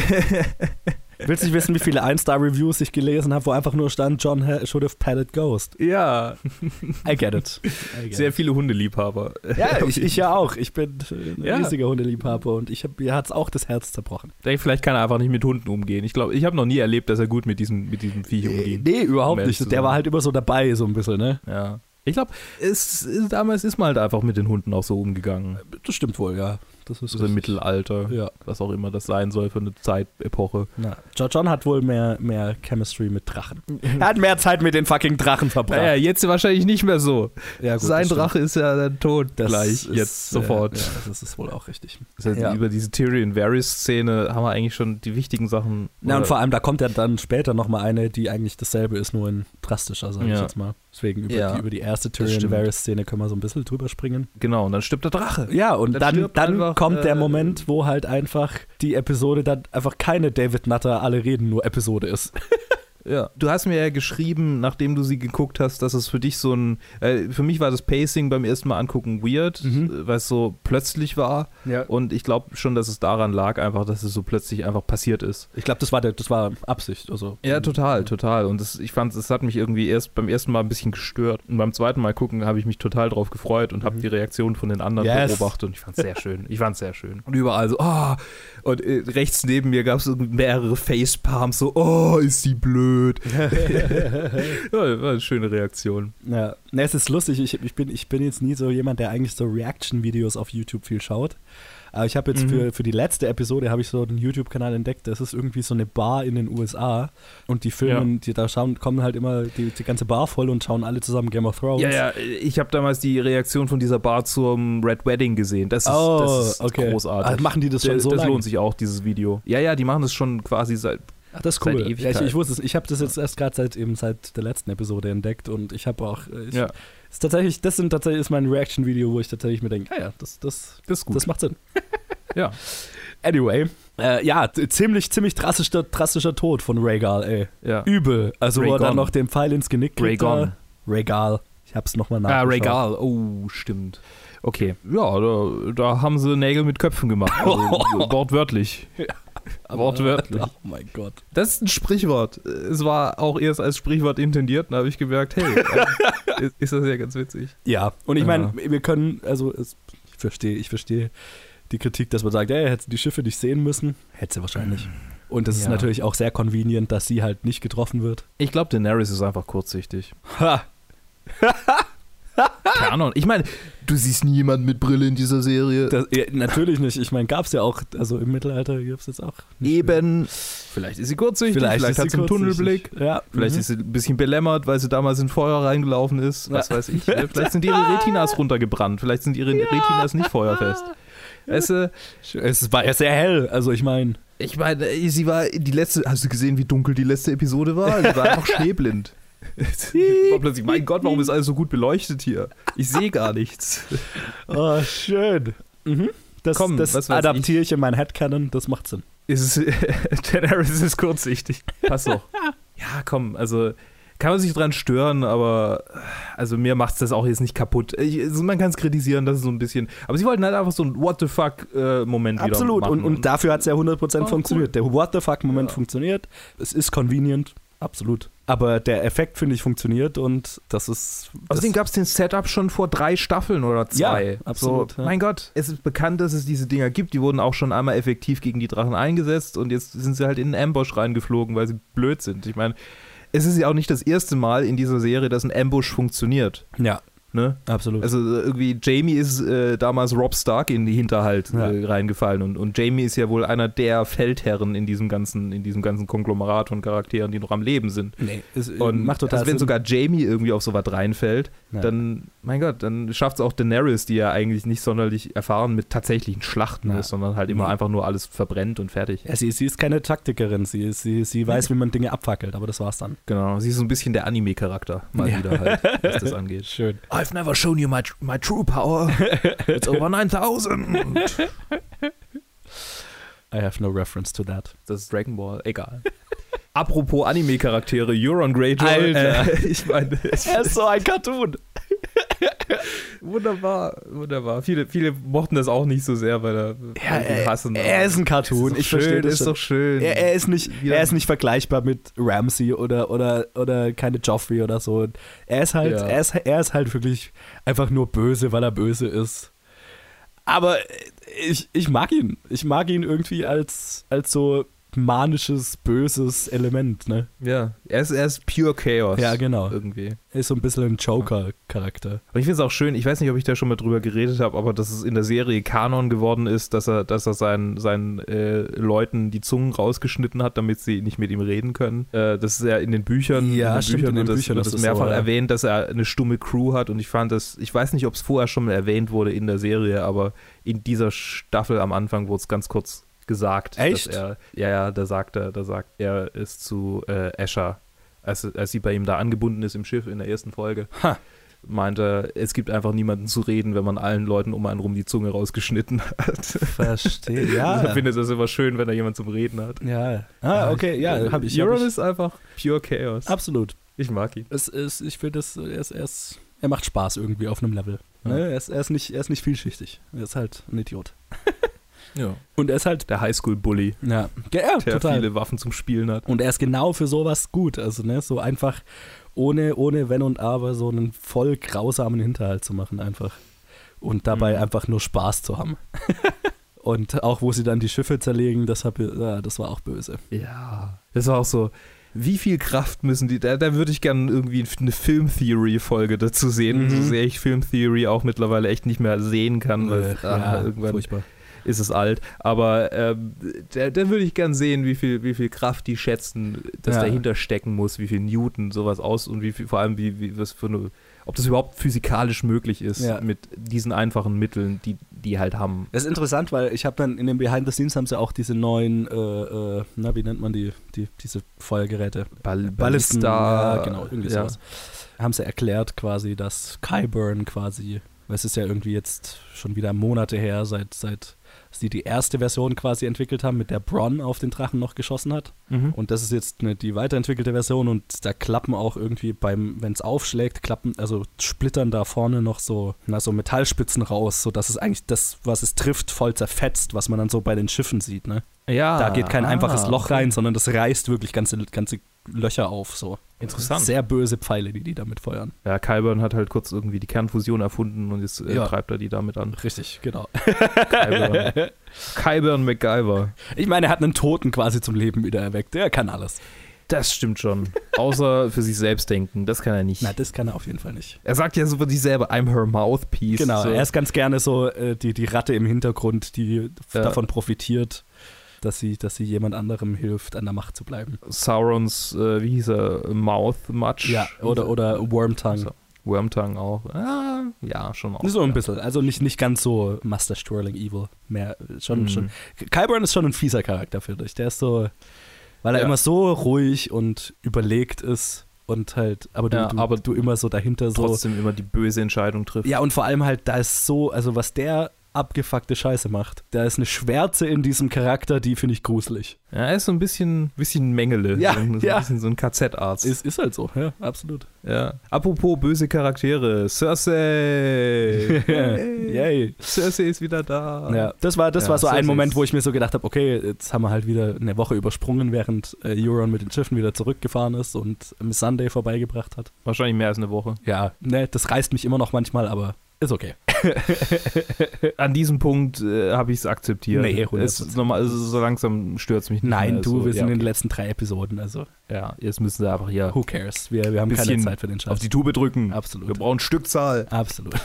Willst du nicht wissen, wie viele 1-Star-Reviews ich gelesen habe, wo einfach nur stand, Jon should have petted Ghost? Ja. I get it. Sehr viele Hundeliebhaber. Ja, ich ja auch. Ich bin ein riesiger Hundeliebhaber und mir hat es auch das Herz zerbrochen. Vielleicht kann er einfach nicht mit Hunden umgehen. Ich glaube, ich habe noch nie erlebt, dass er gut mit diesem Viech umgeht. Nee, überhaupt nicht. Der war halt immer so dabei, so ein bisschen, ne? Ja. Ich glaube, damals ist man halt einfach mit den Hunden auch so umgegangen. Das stimmt wohl, ja. Das ist so im Mittelalter, was auch immer das sein soll für eine Zeitepoche. Jon hat wohl mehr Chemistry mit Drachen. Er hat mehr Zeit mit den fucking Drachen verbracht. Ja, jetzt wahrscheinlich nicht mehr so. Ja, gut, sein Drache ist ja dann tot jetzt sofort. Ja, das ist wohl auch richtig. Das heißt, über diese Tyrion-Varys-Szene haben wir eigentlich schon die wichtigen Sachen. Ja, und vor allem, da kommt ja dann später nochmal eine, die eigentlich dasselbe ist, nur in drastischer, sag ich jetzt mal. Deswegen über die erste Tyrion-Varys-Szene können wir so ein bisschen drüber springen. Genau, und dann stirbt der Drache. Ja, und dann kommt der Moment, wo halt einfach die Episode dann einfach keine David Nutter alle reden nur Episode ist. Ja. Du hast mir ja geschrieben, nachdem du sie geguckt hast, dass es für dich so ein, für mich war das Pacing beim ersten Mal angucken weird, weil es so plötzlich war. Ja. Und ich glaube schon, dass es daran lag, einfach, dass es so plötzlich einfach passiert ist. Ich glaube, das war Absicht. Also. Ja, total. Und ich fand, es hat mich irgendwie erst beim ersten Mal ein bisschen gestört. Und beim zweiten Mal gucken habe ich mich total drauf gefreut und habe die Reaktion von den anderen beobachtet. Und ich fand es sehr schön. Und überall so, und rechts neben mir gab es mehrere Facepalms, so, ist die blöd. War eine schöne Reaktion. Ja, es ist lustig, ich bin jetzt nie so jemand, der eigentlich so Reaction-Videos auf YouTube viel schaut. Aber ich habe jetzt für die letzte Episode habe ich so einen YouTube-Kanal entdeckt, das ist irgendwie so eine Bar in den USA und die filmen, kommen halt immer die ganze Bar voll und schauen alle zusammen Game of Thrones. Ja, ich habe damals die Reaktion von dieser Bar zum Red Wedding gesehen. Das ist okay. Großartig. Also machen die das schon so Das lang? lohnt sich auch, dieses Video. Ja, die machen das schon quasi seit Ach, das ist cool. Ewigkeit. Ich wusste es. Ich habe das jetzt erst gerade seit der letzten Episode entdeckt und ich habe auch. Das ist mein Reaction-Video, wo ich tatsächlich mir denke, das ist gut. Das macht Sinn. Ja. Anyway, ziemlich drastischer Tod von Rhaegal, ey. Ja. Übel. Also wo er dann noch den Pfeil ins Genick kriegt. Rhaegal. Ich hab's nochmal nachgeschaut. Rhaegal. Oh, stimmt. Okay. Ja, da haben sie Nägel mit Köpfen gemacht. Also, wortwörtlich. Wortwörtlich. Oh mein Gott. Das ist ein Sprichwort. Es war auch erst als Sprichwort intendiert, da habe ich gemerkt, hey, ist das ja ganz witzig. Ja, und ich meine, wir können, also verstehe die Kritik, dass man sagt, hätte sie die Schiffe nicht sehen müssen. Hätte sie wahrscheinlich. Und es ist natürlich auch sehr convenient, dass sie halt nicht getroffen wird. Ich glaube, Daenerys ist einfach kurzsichtig. Ha! Keine Ahnung. Ich meine, du siehst nie jemanden mit Brille in dieser Serie. Natürlich nicht. Ich meine, gab es ja auch, also im Mittelalter gibt es jetzt auch. Eben. Vielleicht ist sie kurzsichtig, vielleicht hat sie einen Tunnelblick. Ja. Vielleicht ist sie ein bisschen belämmert, weil sie damals in Feuer reingelaufen ist. Was weiß ich. Vielleicht sind ihre Retinas runtergebrannt. Vielleicht sind ihre Retinas nicht feuerfest. Weißt du? Es war ja sehr hell. Also ich meine, sie war die letzte. Hast du gesehen, wie dunkel die letzte Episode war? Sie war einfach schneeblind. War plötzlich, mein Gott, warum ist alles so gut beleuchtet hier? Ich sehe gar nichts. Oh, schön. Das adaptiere ich in mein Headcanon, das macht Sinn. Daenerys ist kurzsichtig. Passt doch. Ja, komm, also kann man sich dran stören, aber also mir macht es das auch jetzt nicht kaputt. Man kann es kritisieren, das ist so ein bisschen, aber sie wollten halt einfach so ein What the fuck Moment wieder machen. Absolut, und dafür hat es ja 100% funktioniert. Cool. Der What the fuck Moment funktioniert, es ist convenient. Absolut. Aber der Effekt, finde ich, funktioniert und das ist... Außerdem gab es den Setup schon vor 3 Staffeln oder 2. Ja, absolut. So, mein Gott, es ist bekannt, dass es diese Dinger gibt. Die wurden auch schon einmal effektiv gegen die Drachen eingesetzt und jetzt sind sie halt in einen Ambush reingeflogen, weil sie blöd sind. Ich meine, es ist ja auch nicht das erste Mal in dieser Serie, dass ein Ambush funktioniert. Ja. Ne? Absolut. Also irgendwie Jaime ist damals Robb Stark in die Hinterhalt reingefallen und Jaime ist ja wohl einer der Feldherren in diesem ganzen Konglomerat von Charakteren, die noch am Leben sind. Nee, macht total Sinn. Wenn sogar Jaime irgendwie auf sowas reinfällt, dann, mein Gott, dann schafft es auch Daenerys, die ja eigentlich nicht sonderlich erfahren mit tatsächlichen Schlachten ist, sondern halt immer einfach nur alles verbrennt und fertig. Ja, sie ist keine Taktikerin, sie weiß, wie man Dinge abfackelt, aber das war's dann. Genau, sie ist so ein bisschen der Anime-Charakter, mal wieder halt, was das angeht. Schön. I've never shown you my true power. It's over 9000. I have no reference to that. Das ist Dragon Ball, egal. Apropos Anime-Charaktere, Euron Greyjoy. Alter. Ich meine, er ist so ein Cartoon. Wunderbar. Viele mochten das auch nicht so sehr, weil er hassen. Er ist ein Cartoon. Ich verstehe das. Ist doch schön. Er ist nicht vergleichbar mit Ramsay oder keine Joffrey oder so. Er ist halt, er ist halt wirklich einfach nur böse, weil er böse ist. Aber ich mag ihn. Ich mag ihn irgendwie als so manisches, böses Element, ne? Ja, er ist pure Chaos. Ja, genau. Irgendwie. Er ist so ein bisschen ein Joker-Charakter. Und ich finde es auch schön, ich weiß nicht, ob ich da schon mal drüber geredet habe, aber dass es in der Serie Kanon geworden ist, dass er seinen Leuten die Zungen rausgeschnitten hat, damit sie nicht mit ihm reden können. Das ist ja in den Büchern. Ja, in den Büchern wird das mehrfach erwähnt, dass er eine stumme Crew hat und ich fand das, ich weiß nicht, ob es vorher schon mal erwähnt wurde in der Serie, aber in dieser Staffel am Anfang wurde es ganz kurz gesagt. Echt? Dass da sagt er ist zu Asher, als sie bei ihm da angebunden ist im Schiff in der ersten Folge, meinte, es gibt einfach niemanden zu reden, wenn man allen Leuten um einen rum die Zunge rausgeschnitten hat. Verstehe, ja. Ich finde das immer schön, wenn da jemand zum Reden hat. Ja. Okay, ja, habe ich. Euron ist einfach pure Chaos. Absolut. Ich mag ihn. Ich finde, er macht Spaß irgendwie auf einem Level. Ja. Ne? Er ist nicht vielschichtig. Er ist halt ein Idiot. Ja. Und er ist halt der Highschool-Bully, der total viele Waffen zum Spielen hat. Und er ist genau für sowas gut. Also, ne, so einfach ohne Wenn und Aber so einen voll grausamen Hinterhalt zu machen einfach. Und dabei einfach nur Spaß zu haben. Und auch, wo sie dann die Schiffe zerlegen, das war auch böse. Ja. Das war auch so, wie viel Kraft müssen die, da würde ich gerne irgendwie eine Film-Theory-Folge dazu sehen, so sehr ich Film-Theory auch mittlerweile echt nicht mehr sehen kann, weil irgendwann furchtbar. Ist es alt, aber da würde ich gern sehen, wie viel Kraft die schätzen, dass dahinter stecken muss, wie viel Newton sowas aus und vor allem ob das überhaupt physikalisch möglich ist mit diesen einfachen Mitteln, die halt haben. Das ist interessant, weil ich habe dann in den Behind the Scenes haben sie auch diese neuen, wie nennt man diese Feuergeräte? Ballisten. Ja, genau, irgendwie sowas. Haben sie erklärt quasi, dass Qyburn quasi, weil es ist ja irgendwie jetzt schon wieder Monate her, seit sie die erste Version quasi entwickelt haben, mit der Bronn auf den Drachen noch geschossen hat. Und das ist jetzt die weiterentwickelte Version und da klappen auch irgendwie wenn es aufschlägt, splittern da vorne noch so Metallspitzen raus, sodass es eigentlich das, was es trifft, voll zerfetzt, was man dann so bei den Schiffen sieht, ne? Ja. Da geht kein einfaches Loch rein, sondern das reißt wirklich ganze Löcher auf, so. Interessant. Sehr böse Pfeile, die damit feuern. Ja, Qyburn hat halt kurz irgendwie die Kernfusion erfunden und jetzt treibt er die damit an. Richtig, genau. Qyburn MacGyver. Ich meine, er hat einen Toten quasi zum Leben wieder erweckt. Er kann alles. Das stimmt schon. Außer für sich selbst denken. Das kann er nicht. Na, das kann er auf jeden Fall nicht. Er sagt ja so von sich selber, I'm her mouthpiece. Genau, so. er ist ganz gerne so die Ratte im Hintergrund, die davon profitiert, dass sie jemand anderem hilft, an der Macht zu bleiben. Saurons, wie hieß er, Mouth Much? Ja, oder Wormtongue. Also, Wormtongue auch. Ja, schon auch. So ein bisschen, also nicht ganz so Master Sterling Evil. Mehr, schon. Qyburn ist schon ein fieser Charakter für dich. Der ist so, weil er immer so ruhig und überlegt ist und halt, aber du immer so dahinter so. Trotzdem immer die böse Entscheidung trifft. Ja, und vor allem halt, da ist so, also was der abgefuckte Scheiße macht. Da ist eine Schwärze in diesem Charakter, die finde ich gruselig. Ja, er ist so ein bisschen Mengele. Ja, ein bisschen so ein KZ-Arzt. Ist halt so, ja, absolut. Ja. Apropos böse Charaktere, Cersei! Yay. Cersei ist wieder da. Ja, das war so ein Moment, wo ich mir so gedacht habe, okay, jetzt haben wir halt wieder eine Woche übersprungen, während Euron mit den Schiffen wieder zurückgefahren ist und Miss Sunday vorbeigebracht hat. Wahrscheinlich mehr als eine Woche. Ja, ne, das reißt mich immer noch manchmal, aber ist okay. An diesem Punkt habe ich es akzeptiert. Nee, so langsam stört es mich nicht Nein, mehr. wir sind in den letzten 3 Episoden, also. Ja, jetzt müssen sie einfach hier. Who cares? Wir haben keine Zeit für den Scheiß. Auf die Tube drücken. Absolut. Wir brauchen Stückzahl. Absolut.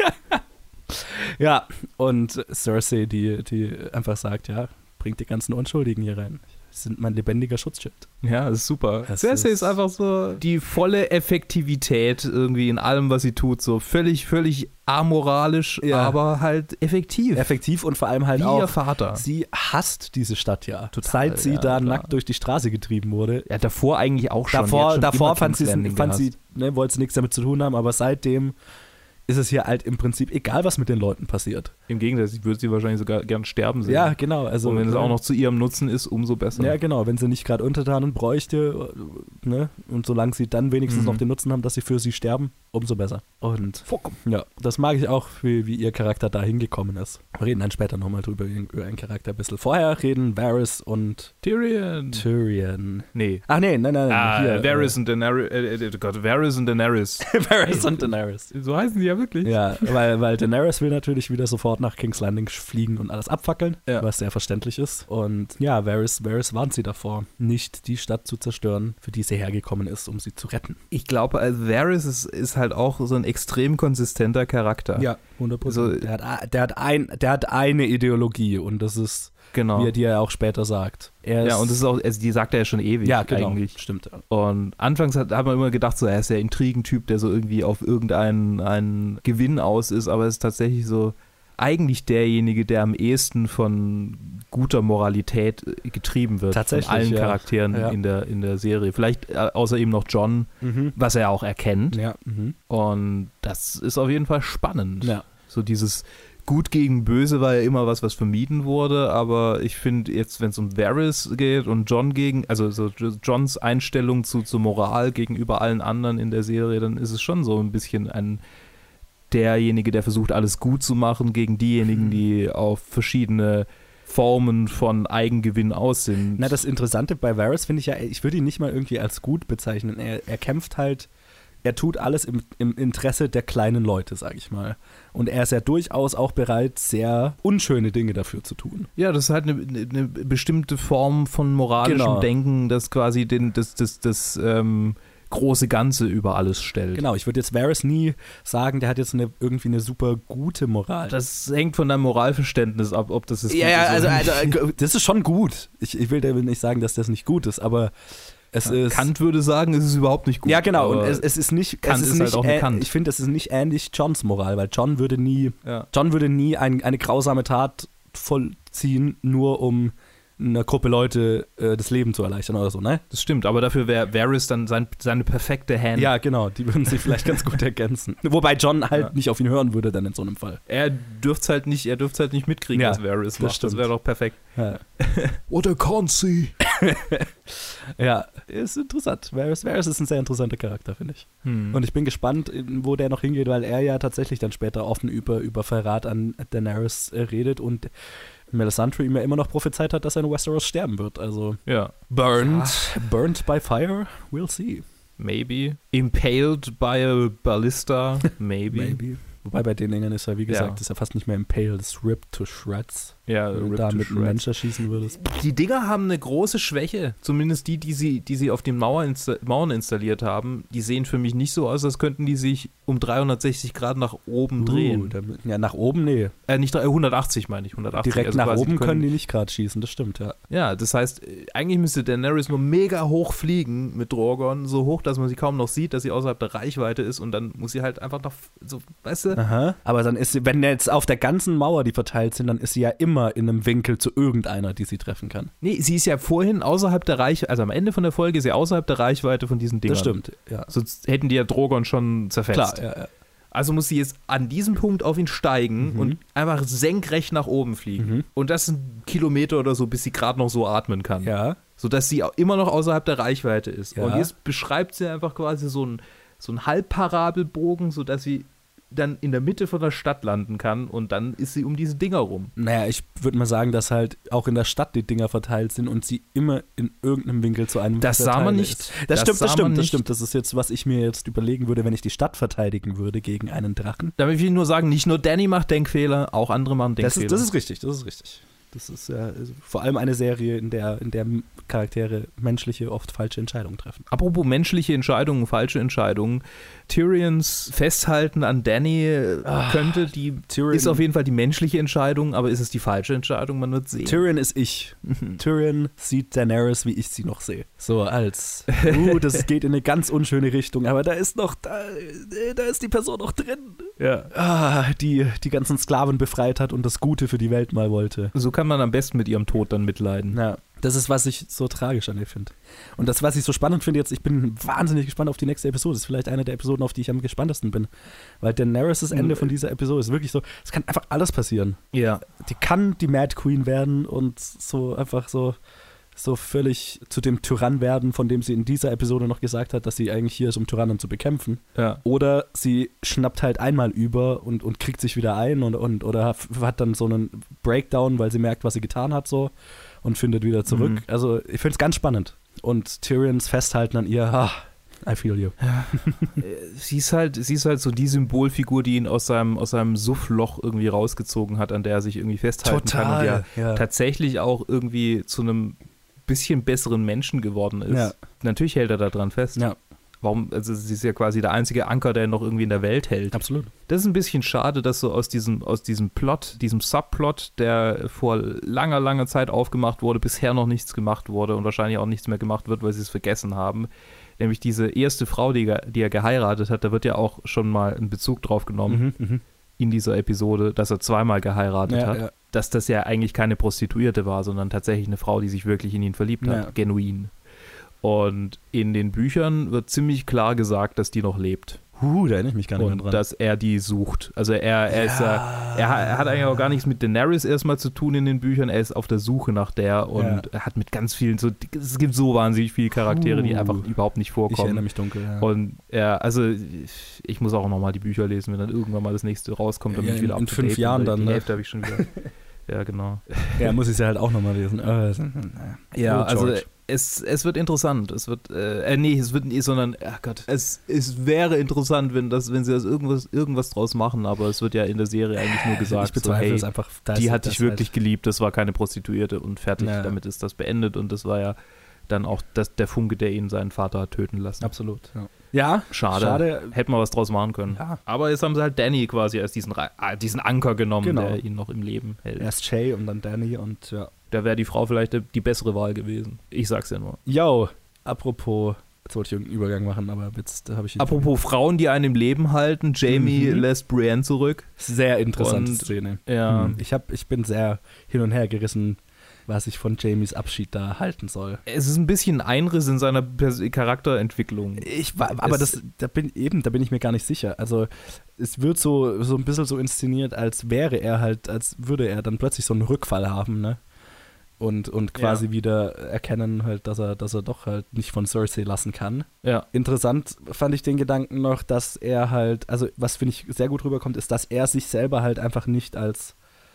Ja, und Cersei, die einfach sagt, ja, bringt die ganzen Unschuldigen hier rein. Sind mein lebendiger Schutzschild. Ja, das ist super. Cersei ist einfach so die volle Effektivität irgendwie in allem, was sie tut. So völlig amoralisch, aber halt effektiv. Effektiv und vor allem halt wie auch. Ihr Vater. Sie hasst diese Stadt ja. Total, seit sie nackt durch die Straße getrieben wurde. Ja, davor eigentlich auch schon. Davor fand sie, wollte sie nichts damit zu tun haben, aber seitdem ist es hier halt im Prinzip egal, was mit den Leuten passiert. Im Gegenteil, ich würde sie wahrscheinlich sogar gern sterben sehen. Ja, genau. Also, und wenn es auch noch zu ihrem Nutzen ist, umso besser. Ja, genau. Wenn sie nicht gerade Untertanen bräuchte, ne? Und solange sie dann wenigstens noch den Nutzen haben, dass sie für sie sterben, umso besser. Und ja, das mag ich auch, wie ihr Charakter da hingekommen ist. Wir reden dann später nochmal drüber, über einen Charakter ein bisschen. Vorher reden Varys und Tyrion. Nee. Ach nee, nein. Varys und Daenerys. Varys und Daenerys. Varys und Daenerys. So heißen sie ja wirklich. Ja, weil Daenerys will natürlich wieder sofort nach King's Landing fliegen und alles abfackeln, was sehr verständlich ist. Und ja, Varys warnt sie davor, nicht die Stadt zu zerstören, für die sie hergekommen ist, um sie zu retten. Ich glaube, Varys ist halt auch so ein extrem konsistenter Charakter. Ja, 100%. Also, der hat eine Ideologie und das ist, wie er dir auch später sagt. Und das ist auch, also die sagt er ja schon ewig eigentlich. Stimmt. Ja. Und anfangs hat man immer gedacht, so, er ist der Intrigentyp, der so irgendwie auf irgendeinen Gewinn aus ist, aber es ist tatsächlich so eigentlich derjenige, der am ehesten von guter Moralität getrieben wird. Tatsächlich, von allen Charakteren in der Serie. Vielleicht außer eben noch Jon, was er auch erkennt. Ja. Und das ist auf jeden Fall spannend. Ja. So dieses Gut gegen Böse war ja immer was vermieden wurde, aber ich finde jetzt, wenn es um Varys geht und Jon also so Jons Einstellung zu Moral gegenüber allen anderen in der Serie, dann ist es schon so ein bisschen derjenige, der versucht, alles gut zu machen, gegen diejenigen, die auf verschiedene Formen von Eigengewinn aus sind. Na, das Interessante bei Varys finde ich ja, ich würde ihn nicht mal irgendwie als gut bezeichnen. Er kämpft halt, er tut alles im Interesse der kleinen Leute, sage ich mal. Und er ist ja durchaus auch bereit, sehr unschöne Dinge dafür zu tun. Ja, das ist halt eine bestimmte Form von moralischem Denken, das quasi das große Ganze über alles stellt. Genau, ich würde jetzt Varys nie sagen, der hat jetzt irgendwie eine super gute Moral. Das hängt von deinem Moralverständnis ab, ob das ist. Ja, also das ist schon gut. Ich will damit nicht sagen, dass das nicht gut ist, aber es ist... Kant würde sagen, es ist überhaupt nicht gut. Ja, genau, und es ist nicht... Kant ist halt auch eine Kant. Ich finde, es ist nicht ähnlich Johns Moral, weil Jon würde nie eine grausame Tat vollziehen, nur um einer Gruppe Leute das Leben zu erleichtern oder so, ne? Das stimmt, aber dafür wäre Varys dann seine perfekte Hand. Ja, genau, die würden sich vielleicht ganz gut ergänzen. Wobei Jon halt nicht auf ihn hören würde dann in so einem Fall. Er dürfte es halt nicht mitkriegen, was Varys macht. Das wäre doch perfekt. Ja. What I can't see. Ja, ist interessant. Varys ist ein sehr interessanter Charakter, finde ich. Und ich bin gespannt, wo der noch hingeht, weil er ja tatsächlich dann später offen über Verrat an Daenerys redet und Melisandre ihm ja immer noch prophezeit hat, dass er in Westeros sterben wird. Also Ja. burnt by fire, we'll see. Maybe. Impaled by a ballista. Maybe. Wobei bei den Dingern ist ja, wie gesagt, ist ja fast nicht mehr impaled, ist ripped to shreds. Ja, Wenn du da mit einem Menschen schießen würdest. Die Dinger haben eine große Schwäche. Zumindest die sie auf den Mauern installiert haben. Die sehen für mich nicht so aus, als könnten die sich um 360 Grad nach oben drehen. Ja, nach oben, nee. Nicht 180 meine ich. 180. Direkt also nach oben können die nicht gerade schießen, das stimmt, ja. Ja, das heißt, eigentlich müsste Daenerys nur mega hoch fliegen mit Drogon. So hoch, dass man sie kaum noch sieht, dass sie außerhalb der Reichweite ist. Und dann muss sie halt einfach noch, so, weißt du? Aha. Aber dann ist sie, wenn jetzt auf der ganzen Mauer die verteilt sind, dann ist sie ja immer in einem Winkel zu irgendeiner, die sie treffen kann. Nee, sie ist ja vorhin außerhalb der Reichweite, also am Ende von der Folge ist sie außerhalb der Reichweite von diesen Dingern. Das stimmt, ja. Sonst hätten die ja Drogon schon zerfetzt. Klar, ja. Also muss sie jetzt an diesem Punkt auf ihn steigen und einfach senkrecht nach oben fliegen. Und das ein Kilometer oder so, bis sie gerade noch so atmen kann. Ja. Sodass sie auch immer noch außerhalb der Reichweite ist. Ja. Und jetzt beschreibt sie einfach quasi so einen Halbparabelbogen, sodass sie dann in der Mitte von der Stadt landen kann und dann ist sie um diese Dinger rum. Naja, ich würde mal sagen, dass halt auch in der Stadt die Dinger verteilt sind und sie immer in irgendeinem Winkel zu einem Das sah man nicht. Das stimmt. Das ist jetzt, was ich mir jetzt überlegen würde, wenn ich die Stadt verteidigen würde gegen einen Drachen. Da will ich nur sagen, nicht nur Danny macht Denkfehler, auch andere machen Denkfehler. Das ist richtig. Das ist ja vor allem eine Serie, in der Charaktere menschliche, oft falsche Entscheidungen treffen. Apropos menschliche Entscheidungen, falsche Entscheidungen. Tyrions Festhalten an Danny ist auf jeden Fall die menschliche Entscheidung, aber ist es die falsche Entscheidung? Man wird sehen. Tyrion ist ich. Tyrion sieht Daenerys, wie ich sie noch sehe. So als, das geht in eine ganz unschöne Richtung, aber da ist die Person noch drin. Ja. Die ganzen Sklaven befreit hat und das Gute für die Welt mal wollte. So kann man am besten mit ihrem Tod dann mitleiden. Ja. Das ist, was ich so tragisch an ihr finde. Und das, was ich so spannend finde jetzt, ich bin wahnsinnig gespannt auf die nächste Episode. Das ist vielleicht eine der Episoden, auf die ich am gespanntesten bin. Weil Daenerys' Ende von dieser Episode ist wirklich so, es kann einfach alles passieren. Ja. Die kann die Mad Queen werden und so einfach so völlig zu dem Tyrann werden, von dem sie in dieser Episode noch gesagt hat, dass sie eigentlich hier ist, um Tyrannen zu bekämpfen. Ja. Oder sie schnappt halt einmal über und kriegt sich wieder ein oder hat dann so einen Breakdown, weil sie merkt, was sie getan hat so und findet wieder zurück. Also ich finde es ganz spannend. Und Tyrions Festhalten an ihr, I feel you. Ja. Sie ist halt so die Symbolfigur, die ihn aus seinem Suffloch irgendwie rausgezogen hat, an der er sich irgendwie festhalten kann und ja tatsächlich auch irgendwie zu einem bisschen besseren Menschen geworden ist. Ja. Natürlich hält er da dran fest. Ja. Warum? Also sie ist ja quasi der einzige Anker, der ihn noch irgendwie in der Welt hält. Absolut. Das ist ein bisschen schade, dass so aus diesem Plot, diesem Subplot, der vor langer, langer Zeit aufgemacht wurde, bisher noch nichts gemacht wurde und wahrscheinlich auch nichts mehr gemacht wird, weil sie es vergessen haben. Nämlich diese erste Frau, die er geheiratet hat, da wird ja auch schon mal ein Bezug drauf genommen in dieser Episode, dass er zweimal geheiratet hat. Ja. Dass das ja eigentlich keine Prostituierte war, sondern tatsächlich eine Frau, die sich wirklich in ihn verliebt hat, genuin. Und in den Büchern wird ziemlich klar gesagt, dass die noch lebt. Da erinnere ich mich gar nicht mehr dran. Und dass er die sucht. Also er hat eigentlich auch gar nichts mit Daenerys erstmal zu tun in den Büchern. Er ist auf der Suche nach der und hat mit ganz vielen, es gibt so wahnsinnig viele Charaktere, die einfach überhaupt nicht vorkommen. Ich erinnere mich dunkel, ja. Und ich muss auch nochmal die Bücher lesen, wenn dann irgendwann mal das nächste rauskommt. Damit ich wieder in 5 Jahren dann. Die Hälfte habe ich schon wieder. Ja, genau. Ja, muss ich es ja halt auch nochmal lesen. Ja, also es wird interessant. Es wäre interessant, wenn sie das irgendwas draus machen, aber es wird ja in der Serie eigentlich nur gesagt, ich bezweifle es einfach. Die hat dich wirklich geliebt, das war keine Prostituierte und fertig, damit ist das beendet und das war ja dann auch der Funke, der ihn seinen Vater hat töten lassen. Absolut, ja. Ja, schade. Hätten wir was draus machen können. Ja. Aber jetzt haben sie halt Danny quasi als diesen Anker genommen, der ihn noch im Leben hält. Erst Shay und dann Danny und ja. Da wäre die Frau vielleicht die bessere Wahl gewesen. Ich sag's ja nur. Yo, apropos, jetzt wollte ich irgendeinen Übergang machen, aber jetzt habe ich... Apropos Frauen, die einen im Leben halten, Jaime lässt Brienne zurück. Sehr interessante Szene. Ja. Ich bin sehr hin und her gerissen, was ich von Jaimes Abschied da halten soll. Es ist ein bisschen ein Einriss in seiner Charakterentwicklung. Da bin ich mir gar nicht sicher. Also es wird so ein bisschen so inszeniert, als würde er dann plötzlich so einen Rückfall haben, ne? Und quasi wieder erkennen halt, dass er doch halt nicht von Cersei lassen kann. Ja. Interessant fand ich den Gedanken noch, dass er halt, also was finde ich sehr gut rüberkommt, ist, dass er sich selber halt einfach nicht als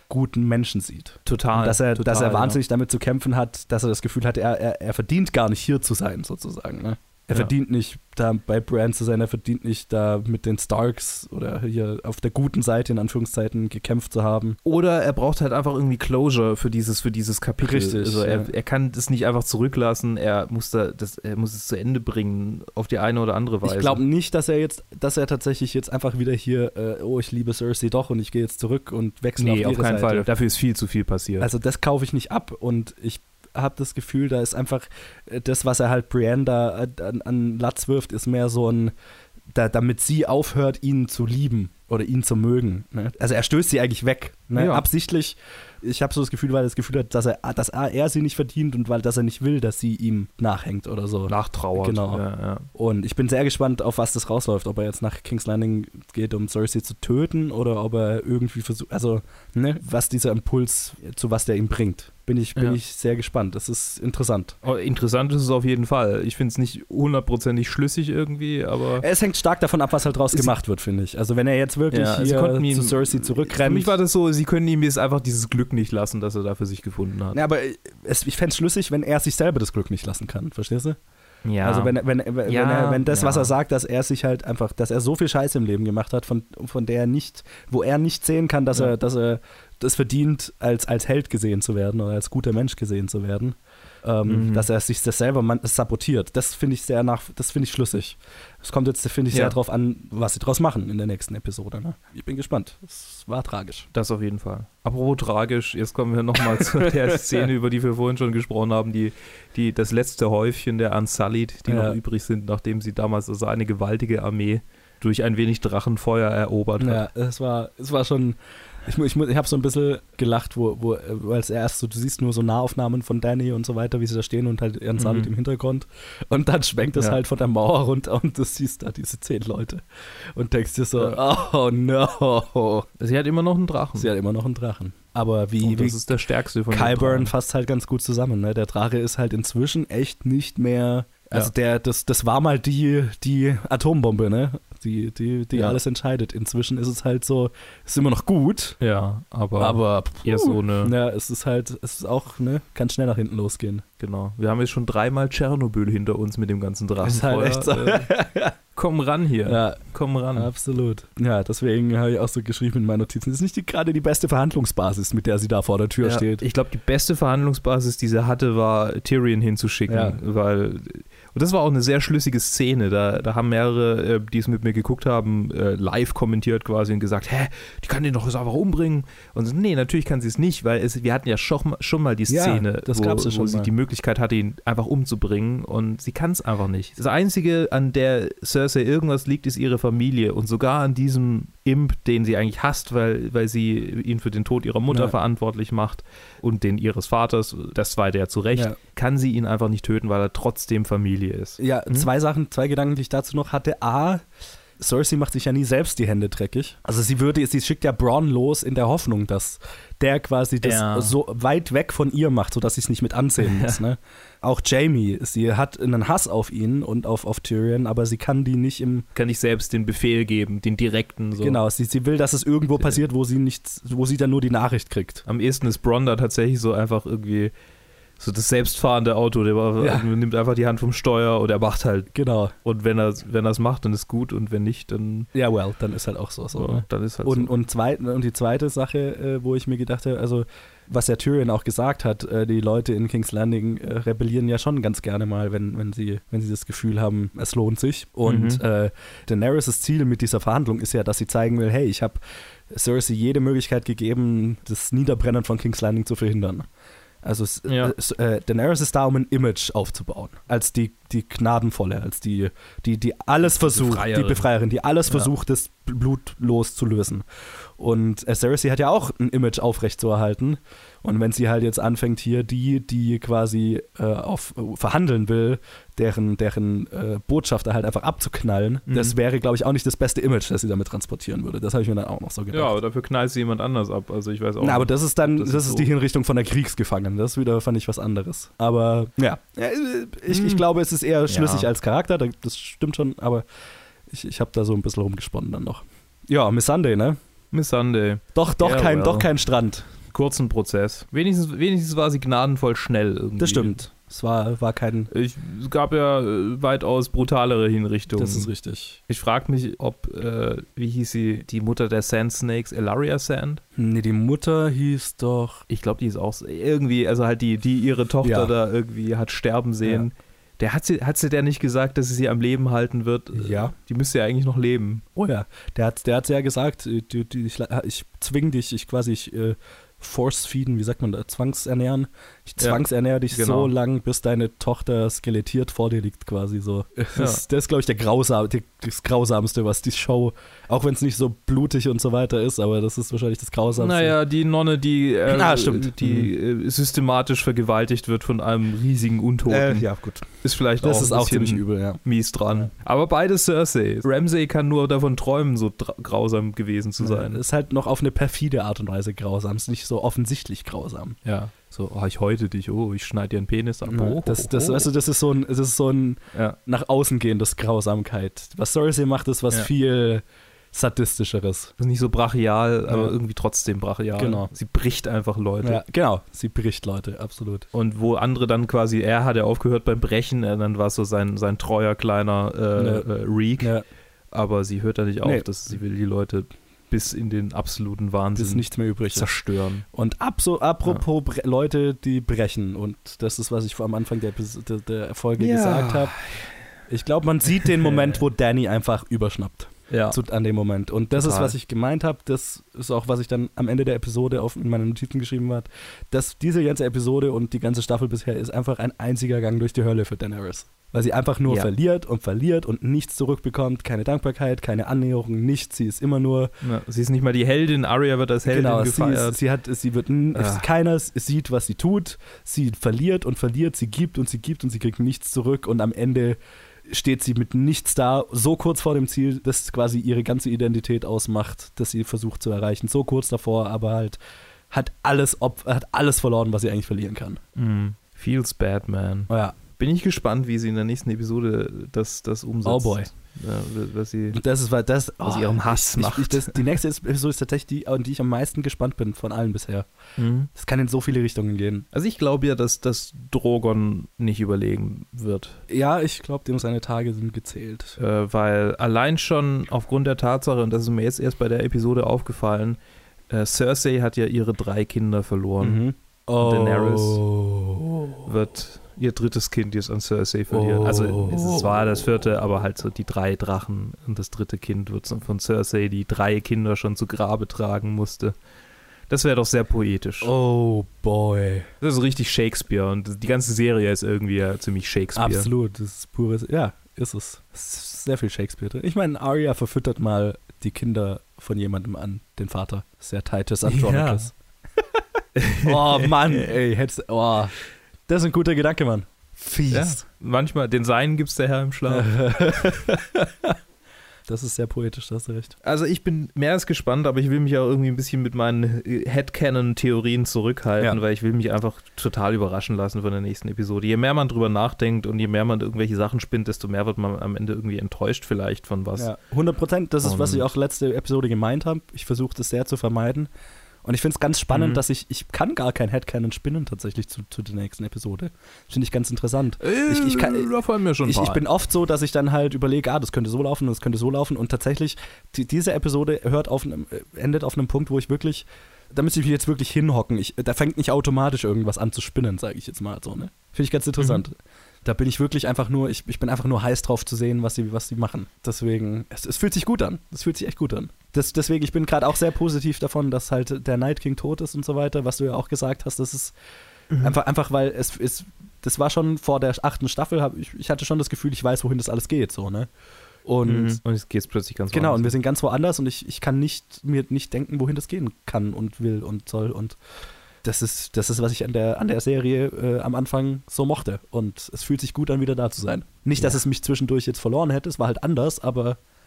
guten Menschen sieht. Total. Dass er wahnsinnig damit zu kämpfen hat, dass er das Gefühl hat, er verdient gar nicht hier zu sein, sozusagen. Ne? Er verdient nicht, da bei Bran zu sein, er verdient nicht, da mit den Starks oder hier auf der guten Seite, in Anführungszeiten, gekämpft zu haben. Oder er braucht halt einfach irgendwie Closure für dieses Kapitel. Richtig. Also er kann das nicht einfach zurücklassen, er muss es zu Ende bringen, auf die eine oder andere Weise. Ich glaube nicht, dass er tatsächlich jetzt einfach wieder hier, ich liebe Cersei doch und ich gehe jetzt zurück und wechsle auf ihre auf keinen Seite. Fall. Dafür ist viel zu viel passiert. Also das kaufe ich nicht ab und ich habe das Gefühl, da ist einfach das, was er halt Brienne da an Latz wirft, ist mehr so ein, damit sie aufhört, ihn zu lieben oder ihn zu mögen. Ne? Also er stößt sie eigentlich weg, ne? Ja. Absichtlich. Ich habe so das Gefühl, weil er das Gefühl hat, dass er sie nicht verdient und dass er nicht will, dass sie ihm nachhängt oder so. Nachtrauert. Genau. Ja. Und ich bin sehr gespannt, auf was das rausläuft. Ob er jetzt nach King's Landing geht, um Cersei zu töten oder ob er irgendwie versucht, also was dieser Impuls, zu was der ihm bringt. Bin ich sehr gespannt. Das ist interessant. Interessant ist es auf jeden Fall. Ich finde es nicht 100% schlüssig irgendwie, aber... Es hängt stark davon ab, was halt draus gemacht wird, finde ich. Also wenn er jetzt wirklich hier zu Cersei zurückrennt... Für mich war das so, sie können ihm jetzt einfach dieses Glück nicht lassen, das er da für sich gefunden hat. Ja, aber ich fände es schlüssig, wenn er sich selber das Glück nicht lassen kann. Verstehst du? Ja. Also wenn das, was er sagt, dass er sich halt einfach, dass er so viel Scheiße im Leben gemacht hat, von der er nicht, wo er nicht sehen kann, dass er das verdient, als Held gesehen zu werden oder als guter Mensch gesehen zu werden, dass er sich das selber sabotiert. Das finde ich schlüssig. Es kommt jetzt, finde ich, sehr drauf an, was sie draus machen in der nächsten Episode. Ne? Ich bin gespannt. Es war tragisch. Das auf jeden Fall. Apropos tragisch, jetzt kommen wir nochmal zu der Szene, über die wir vorhin schon gesprochen haben, das letzte Häufchen der Unsullied, die noch übrig sind, nachdem sie damals also eine gewaltige Armee durch ein wenig Drachenfeuer erobert hat. Ja, es war schon... Ich habe so ein bisschen gelacht, weil es erst so, du siehst nur so Nahaufnahmen von Dany und so weiter, wie sie da stehen und halt ihren Salit im Hintergrund. Und dann schwenkt es halt von der Mauer runter und du siehst da diese 10 Leute. Und denkst dir so, oh no. Sie hat immer noch einen Drachen. Aber das ist der stärkste von den Qyburn fasst halt ganz gut zusammen. Ne? Der Drache ist halt inzwischen echt nicht mehr... Also das war mal die Atombombe, ne? Die alles entscheidet. Inzwischen ist es halt so, ist immer noch gut. Ja, aber eher so eine... Ja, es ist auch, ne, kann schnell nach hinten losgehen. Genau. Wir haben jetzt schon 3-mal Tschernobyl hinter uns mit dem ganzen Drachenfeuer. Ist halt echt so. Komm ran hier. Ja, komm ran. Absolut. Ja, deswegen habe ich auch so geschrieben in meinen Notizen. Das ist nicht gerade die beste Verhandlungsbasis, mit der sie da vor der Tür steht. Ich glaube, die beste Verhandlungsbasis, die sie hatte, war Tyrion hinzuschicken, weil... Und das war auch eine sehr schlüssige Szene. Da haben mehrere, die es mit mir geguckt haben, live kommentiert quasi und gesagt, die kann den doch einfach umbringen. Und so, nee, natürlich kann sie es nicht, weil wir hatten ja schon mal die Szene, wo sie die Möglichkeit hatte, ihn einfach umzubringen und sie kann es einfach nicht. Das Einzige, an der Cersei irgendwas liegt, ist ihre Familie und sogar an diesem Imp, den sie eigentlich hasst, weil sie ihn für den Tod ihrer Mutter verantwortlich macht und den ihres Vaters, das war der zu Recht, kann sie ihn einfach nicht töten, weil er trotzdem Familie ist. Ja, zwei Gedanken, die ich dazu noch hatte. A, Cersei macht sich ja nie selbst die Hände dreckig. Also sie schickt ja Bronn los in der Hoffnung, dass der quasi das so weit weg von ihr macht, sodass sie es nicht mit ansehen muss. Ne? Auch Jaime, sie hat einen Hass auf ihn und auf Tyrion, aber sie kann die nicht kann nicht selbst den Befehl geben, den direkten. So. Genau, sie will, dass es irgendwo passiert, wo sie dann nur die Nachricht kriegt. Am ehesten ist Bronn da tatsächlich so einfach irgendwie so das selbstfahrende Auto, der nimmt einfach die Hand vom Steuer und er macht halt. Genau. Und wenn er es macht, dann ist gut und wenn nicht, dann... Ja, dann ist halt auch so. Ne? Dann ist halt und, so. Und die zweite Sache, wo ich mir gedacht habe, also was ja Tyrion auch gesagt hat, die Leute in King's Landing rebellieren ja schon ganz gerne mal, wenn sie das Gefühl haben, es lohnt sich. Und Daenerys' Ziel mit dieser Verhandlung ist ja, dass sie zeigen will, hey, ich habe Cersei jede Möglichkeit gegeben, das Niederbrennen von King's Landing zu verhindern. Also Daenerys ist da, um ein Image aufzubauen, als die Gnadenvolle, als die alles versucht, die Befreierin, die alles versucht, das Blut loszulösen. Und Cersei hat ja auch ein Image aufrechtzuerhalten. Und wenn sie halt jetzt anfängt, hier die quasi verhandeln will, deren Botschafter halt einfach abzuknallen, das wäre, glaube ich, auch nicht das beste Image, das sie damit transportieren würde. Das habe ich mir dann auch noch so gedacht. Ja, aber dafür knallt sie jemand anders ab. Also ich weiß auch. Na, aber das ist die Hinrichtung von der Kriegsgefangenen. Das wieder fand ich was anderes. Aber ja, ich glaube, es ist eher schlüssig als Charakter. Das stimmt schon, aber ich habe da so ein bisschen rumgesponnen dann noch. Ja, Missandei, ne? Missandei. Doch kein Strand. kurzen Prozess. Wenigstens war sie gnadenvoll schnell irgendwie. Das stimmt. Es war kein... Es gab ja weitaus brutalere Hinrichtungen. Das ist richtig. Ich frage mich, ob, wie hieß sie, die Mutter der Sand Snakes, Elaria Sand? Nee, die Mutter hieß doch... Ich glaube, die ist auch irgendwie, also halt die ihre Tochter da irgendwie hat sterben sehen. Ja. Hat sie der nicht gesagt, dass sie am Leben halten wird? Ja. Die müsste ja eigentlich noch leben. Oh ja, der hat ja gesagt, ich zwing dich, ich force-feeden, wie sagt man da, zwangsernähren. Ich zwangsernähre dich so lang, bis deine Tochter skelettiert vor dir liegt quasi so. Das ist, glaube ich, das Grausamste, was die Show, auch wenn es nicht so blutig und so weiter ist, aber das ist wahrscheinlich das Grausamste. Naja, die Nonne, die systematisch vergewaltigt wird von einem riesigen Untoten. Ja, gut. Ist vielleicht das auch ist auch ziemlich übel, ja. Mies dran. Ja. Aber beide Cersei. Ramsay kann nur davon träumen, so grausam gewesen zu sein. Ist halt noch auf eine perfide Art und Weise grausam. Ist nicht so offensichtlich grausam. Ja. So, ich häute dich, ich schneide dir einen Penis ab. Das ist so ein nach außen gehendes Grausamkeit. Was Cersei macht, ist was viel sadistischeres. Das ist nicht so brachial, aber irgendwie trotzdem brachial. Genau. Sie bricht einfach Leute. Ja, genau. Sie bricht Leute, absolut. Und wo andere dann quasi, er hat ja aufgehört beim Brechen, dann war es so sein treuer kleiner Reek. Ja. Aber sie hört da nicht auf, sie will die Leute bis in den absoluten Wahnsinn bis nichts mehr übrig zerstören. Und apropos Leute, die brechen, und das ist, was ich am Anfang der Folge gesagt habe. Ich glaube, man sieht den Moment, wo Dany einfach überschnappt. Ja. An dem Moment. Und das ist, was ich gemeint habe. Das ist auch, was ich dann am Ende der Episode in meinen Notizen geschrieben habe. Dass diese ganze Episode und die ganze Staffel bisher ist einfach ein einziger Gang durch die Hölle für Daenerys. Weil sie einfach nur verliert und nichts zurückbekommt. Keine Dankbarkeit, keine Annäherung, nichts. Sie ist immer nur... Ja, sie ist nicht mal die Heldin. Arya wird als Heldin gefeiert. Keiner sieht, was sie tut. Sie verliert und verliert. Sie gibt und sie gibt und sie kriegt nichts zurück. Und am Ende steht sie mit nichts da, so kurz vor dem Ziel, das quasi ihre ganze Identität ausmacht, das sie versucht zu erreichen. So kurz davor, aber halt hat alles verloren, was sie eigentlich verlieren kann. Feels bad, man. Ja. Bin ich gespannt, wie sie in der nächsten Episode das umsetzt. Oh boy. Ja, was sie aus ihrem Hass macht. Die nächste Episode ist tatsächlich die, an die ich am meisten gespannt bin von allen bisher. Das kann in so viele Richtungen gehen. Also ich glaube ja, dass Drogon nicht überlegen wird. Ja, ich glaube, dem seine Tage sind gezählt. Weil allein schon aufgrund der Tatsache, und das ist mir jetzt erst bei der Episode aufgefallen, Cersei hat ja ihre 3 Kinder verloren. Daenerys wird ihr 3. Kind jetzt an Cersei verlieren. Also es war das 4., aber halt so die 3 Drachen und das 3. Kind wird von Cersei, die 3 Kinder schon zu Grabe tragen musste. Das wäre doch sehr poetisch. Oh boy. Das ist richtig Shakespeare und die ganze Serie ist irgendwie ziemlich Shakespeare. Absolut, das ist pures, ist es. Ist sehr viel Shakespeare drin. Ich meine, Arya verfüttert mal die Kinder von jemandem an den Vater. Sehr Titus Andronicus. Oh Mann, ey, das ist ein guter Gedanke, Mann. Fies. Ja, manchmal, den Seinen gibt's der Herr im Schlaf. Das ist sehr poetisch, da hast du recht. Also ich bin mehr als gespannt, aber ich will mich auch irgendwie ein bisschen mit meinen Headcanon-Theorien zurückhalten, weil ich will mich einfach total überraschen lassen von der nächsten Episode. Je mehr man drüber nachdenkt und je mehr man irgendwelche Sachen spinnt, desto mehr wird man am Ende irgendwie enttäuscht vielleicht von was. Ja, 100%, das ist, was ich auch letzte Episode gemeint habe. Ich versuche das sehr zu vermeiden. Und ich finde es ganz spannend, dass ich kann gar kein Headcanon spinnen tatsächlich zu der nächsten Episode. Finde ich ganz interessant. Da fallen mir schon ich bin oft so, dass ich dann halt überlege, das könnte so laufen und das könnte so laufen. Und tatsächlich, diese Episode endet auf einem Punkt, wo ich wirklich, da müsste ich mich jetzt wirklich hinhocken. Da fängt nicht automatisch irgendwas an zu spinnen, sage ich jetzt mal so. Ne? Finde ich ganz interessant. Da bin ich wirklich einfach nur, ich bin einfach nur heiß drauf zu sehen, was sie machen. Deswegen, es fühlt sich gut an. Es fühlt sich echt gut an. Deswegen, ich bin gerade auch sehr positiv davon, dass halt der Night King tot ist und so weiter, was du ja auch gesagt hast. Das ist einfach, weil das war schon vor der 8. Staffel, ich hatte schon das Gefühl, ich weiß, wohin das alles geht, so, ne? Und jetzt geht es plötzlich ganz woanders. Genau, und wir sind ganz woanders und ich kann mir nicht denken, wohin das gehen kann und will und soll. Und das ist, was ich an der Serie am Anfang so mochte. Und es fühlt sich gut an, wieder da zu sein. Nicht, dass es mich zwischendurch jetzt verloren hätte, es war halt anders, aber ja.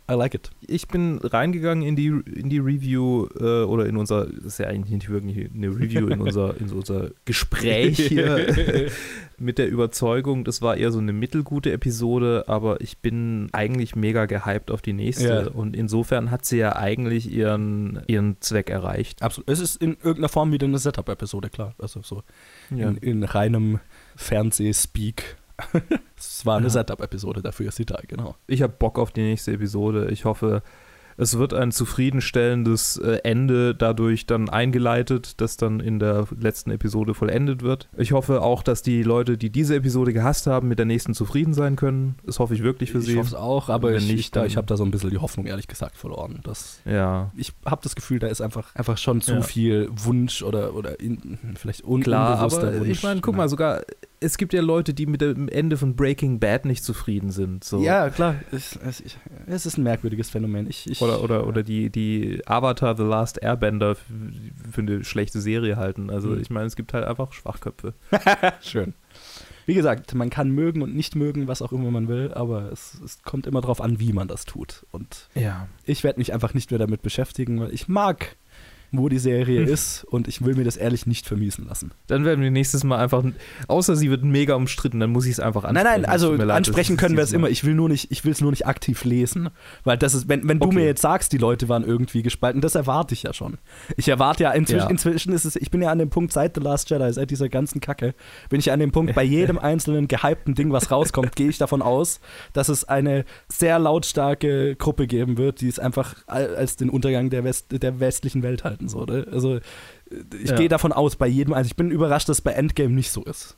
I like it. Ich bin reingegangen in die Review oder in unser, das ist ja eigentlich nicht wirklich eine Review, in unser Gespräch hier mit der Überzeugung, das war eher so eine mittelgute Episode, aber ich bin eigentlich mega gehypt auf die nächste und insofern hat sie ja eigentlich ihren Zweck erreicht. Absolut. Es ist in irgendeiner Form wieder eine Setup-Episode, klar. Also so in reinem Fernseh-Speak. Es war eine Setup-Episode, dafür ist sie da, genau. Ich habe Bock auf die nächste Episode. Ich hoffe, es wird ein zufriedenstellendes Ende dadurch dann eingeleitet, das dann in der letzten Episode vollendet wird. Ich hoffe auch, dass die Leute, die diese Episode gehasst haben, mit der nächsten zufrieden sein können. Das hoffe ich wirklich für sie. Ich hoffe es auch, aber ich habe da so ein bisschen die Hoffnung, ehrlich gesagt, verloren. Ich habe das Gefühl, da ist einfach schon zu viel Wunsch oder vielleicht unbewusster Wunsch. Ich meine, guck mal, sogar es gibt ja Leute, die mit dem Ende von Breaking Bad nicht zufrieden sind. So. Ja, klar. Es ist ein merkwürdiges Phänomen. Oder die Avatar The Last Airbender für eine schlechte Serie halten. Also ich meine, es gibt halt einfach Schwachköpfe. Schön. Wie gesagt, man kann mögen und nicht mögen, was auch immer man will, aber es kommt immer drauf an, wie man das tut. Und ich werde mich einfach nicht mehr damit beschäftigen, weil ich mag, wo die Serie ist und ich will mir das ehrlich nicht vermiesen lassen. Dann werden wir nächstes Mal einfach, außer sie wird mega umstritten, dann muss ich es einfach ansprechen. Nein, also ansprechen können wir es immer. Ich will es nur nicht aktiv lesen, weil das ist, wenn du mir jetzt sagst, die Leute waren irgendwie gespalten, das erwarte ich ja schon. Ich erwarte ja, inzwischen ist es, ich bin ja an dem Punkt seit The Last Jedi, seit dieser ganzen Kacke, bin ich an dem Punkt, bei jedem einzelnen gehypten Ding, was rauskommt, gehe ich davon aus, dass es eine sehr lautstarke Gruppe geben wird, die es einfach als den Untergang der westlichen Welt halten. So, ne? Also ich gehe davon aus, bei jedem, also ich bin überrascht, dass es bei Endgame nicht so ist.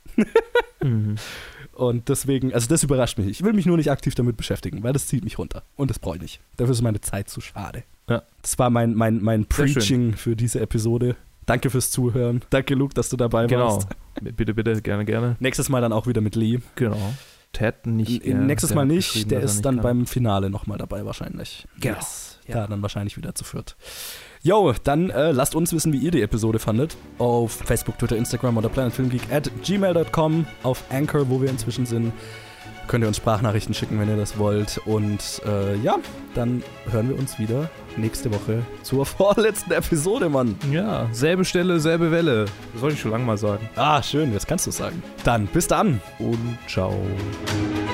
Und deswegen, also das überrascht mich. Ich will mich nur nicht aktiv damit beschäftigen, weil das zieht mich runter. Und das brauche ich nicht. Dafür ist meine Zeit zu schade. Ja. Das war mein Preaching für diese Episode. Danke fürs Zuhören. Danke, Luke, dass du dabei warst. Bitte, gerne. Nächstes Mal dann auch wieder mit Lee. Genau. Ted nicht. Nächstes Mal nicht. Der ist dann beim Finale nochmal dabei wahrscheinlich. Genau. Yes. Ja, dann wahrscheinlich wieder zu viert. Jo, dann lasst uns wissen, wie ihr die Episode fandet. Auf Facebook, Twitter, Instagram oder planetfilmgeek@gmail.com. Auf Anchor, wo wir inzwischen sind, könnt ihr uns Sprachnachrichten schicken, wenn ihr das wollt. Und dann hören wir uns wieder nächste Woche zur vorletzten Episode, Mann. Ja, selbe Stelle, selbe Welle. Das wollte ich schon lange mal sagen. Ah, schön, jetzt kannst du es sagen. Dann, bis dann. Und ciao.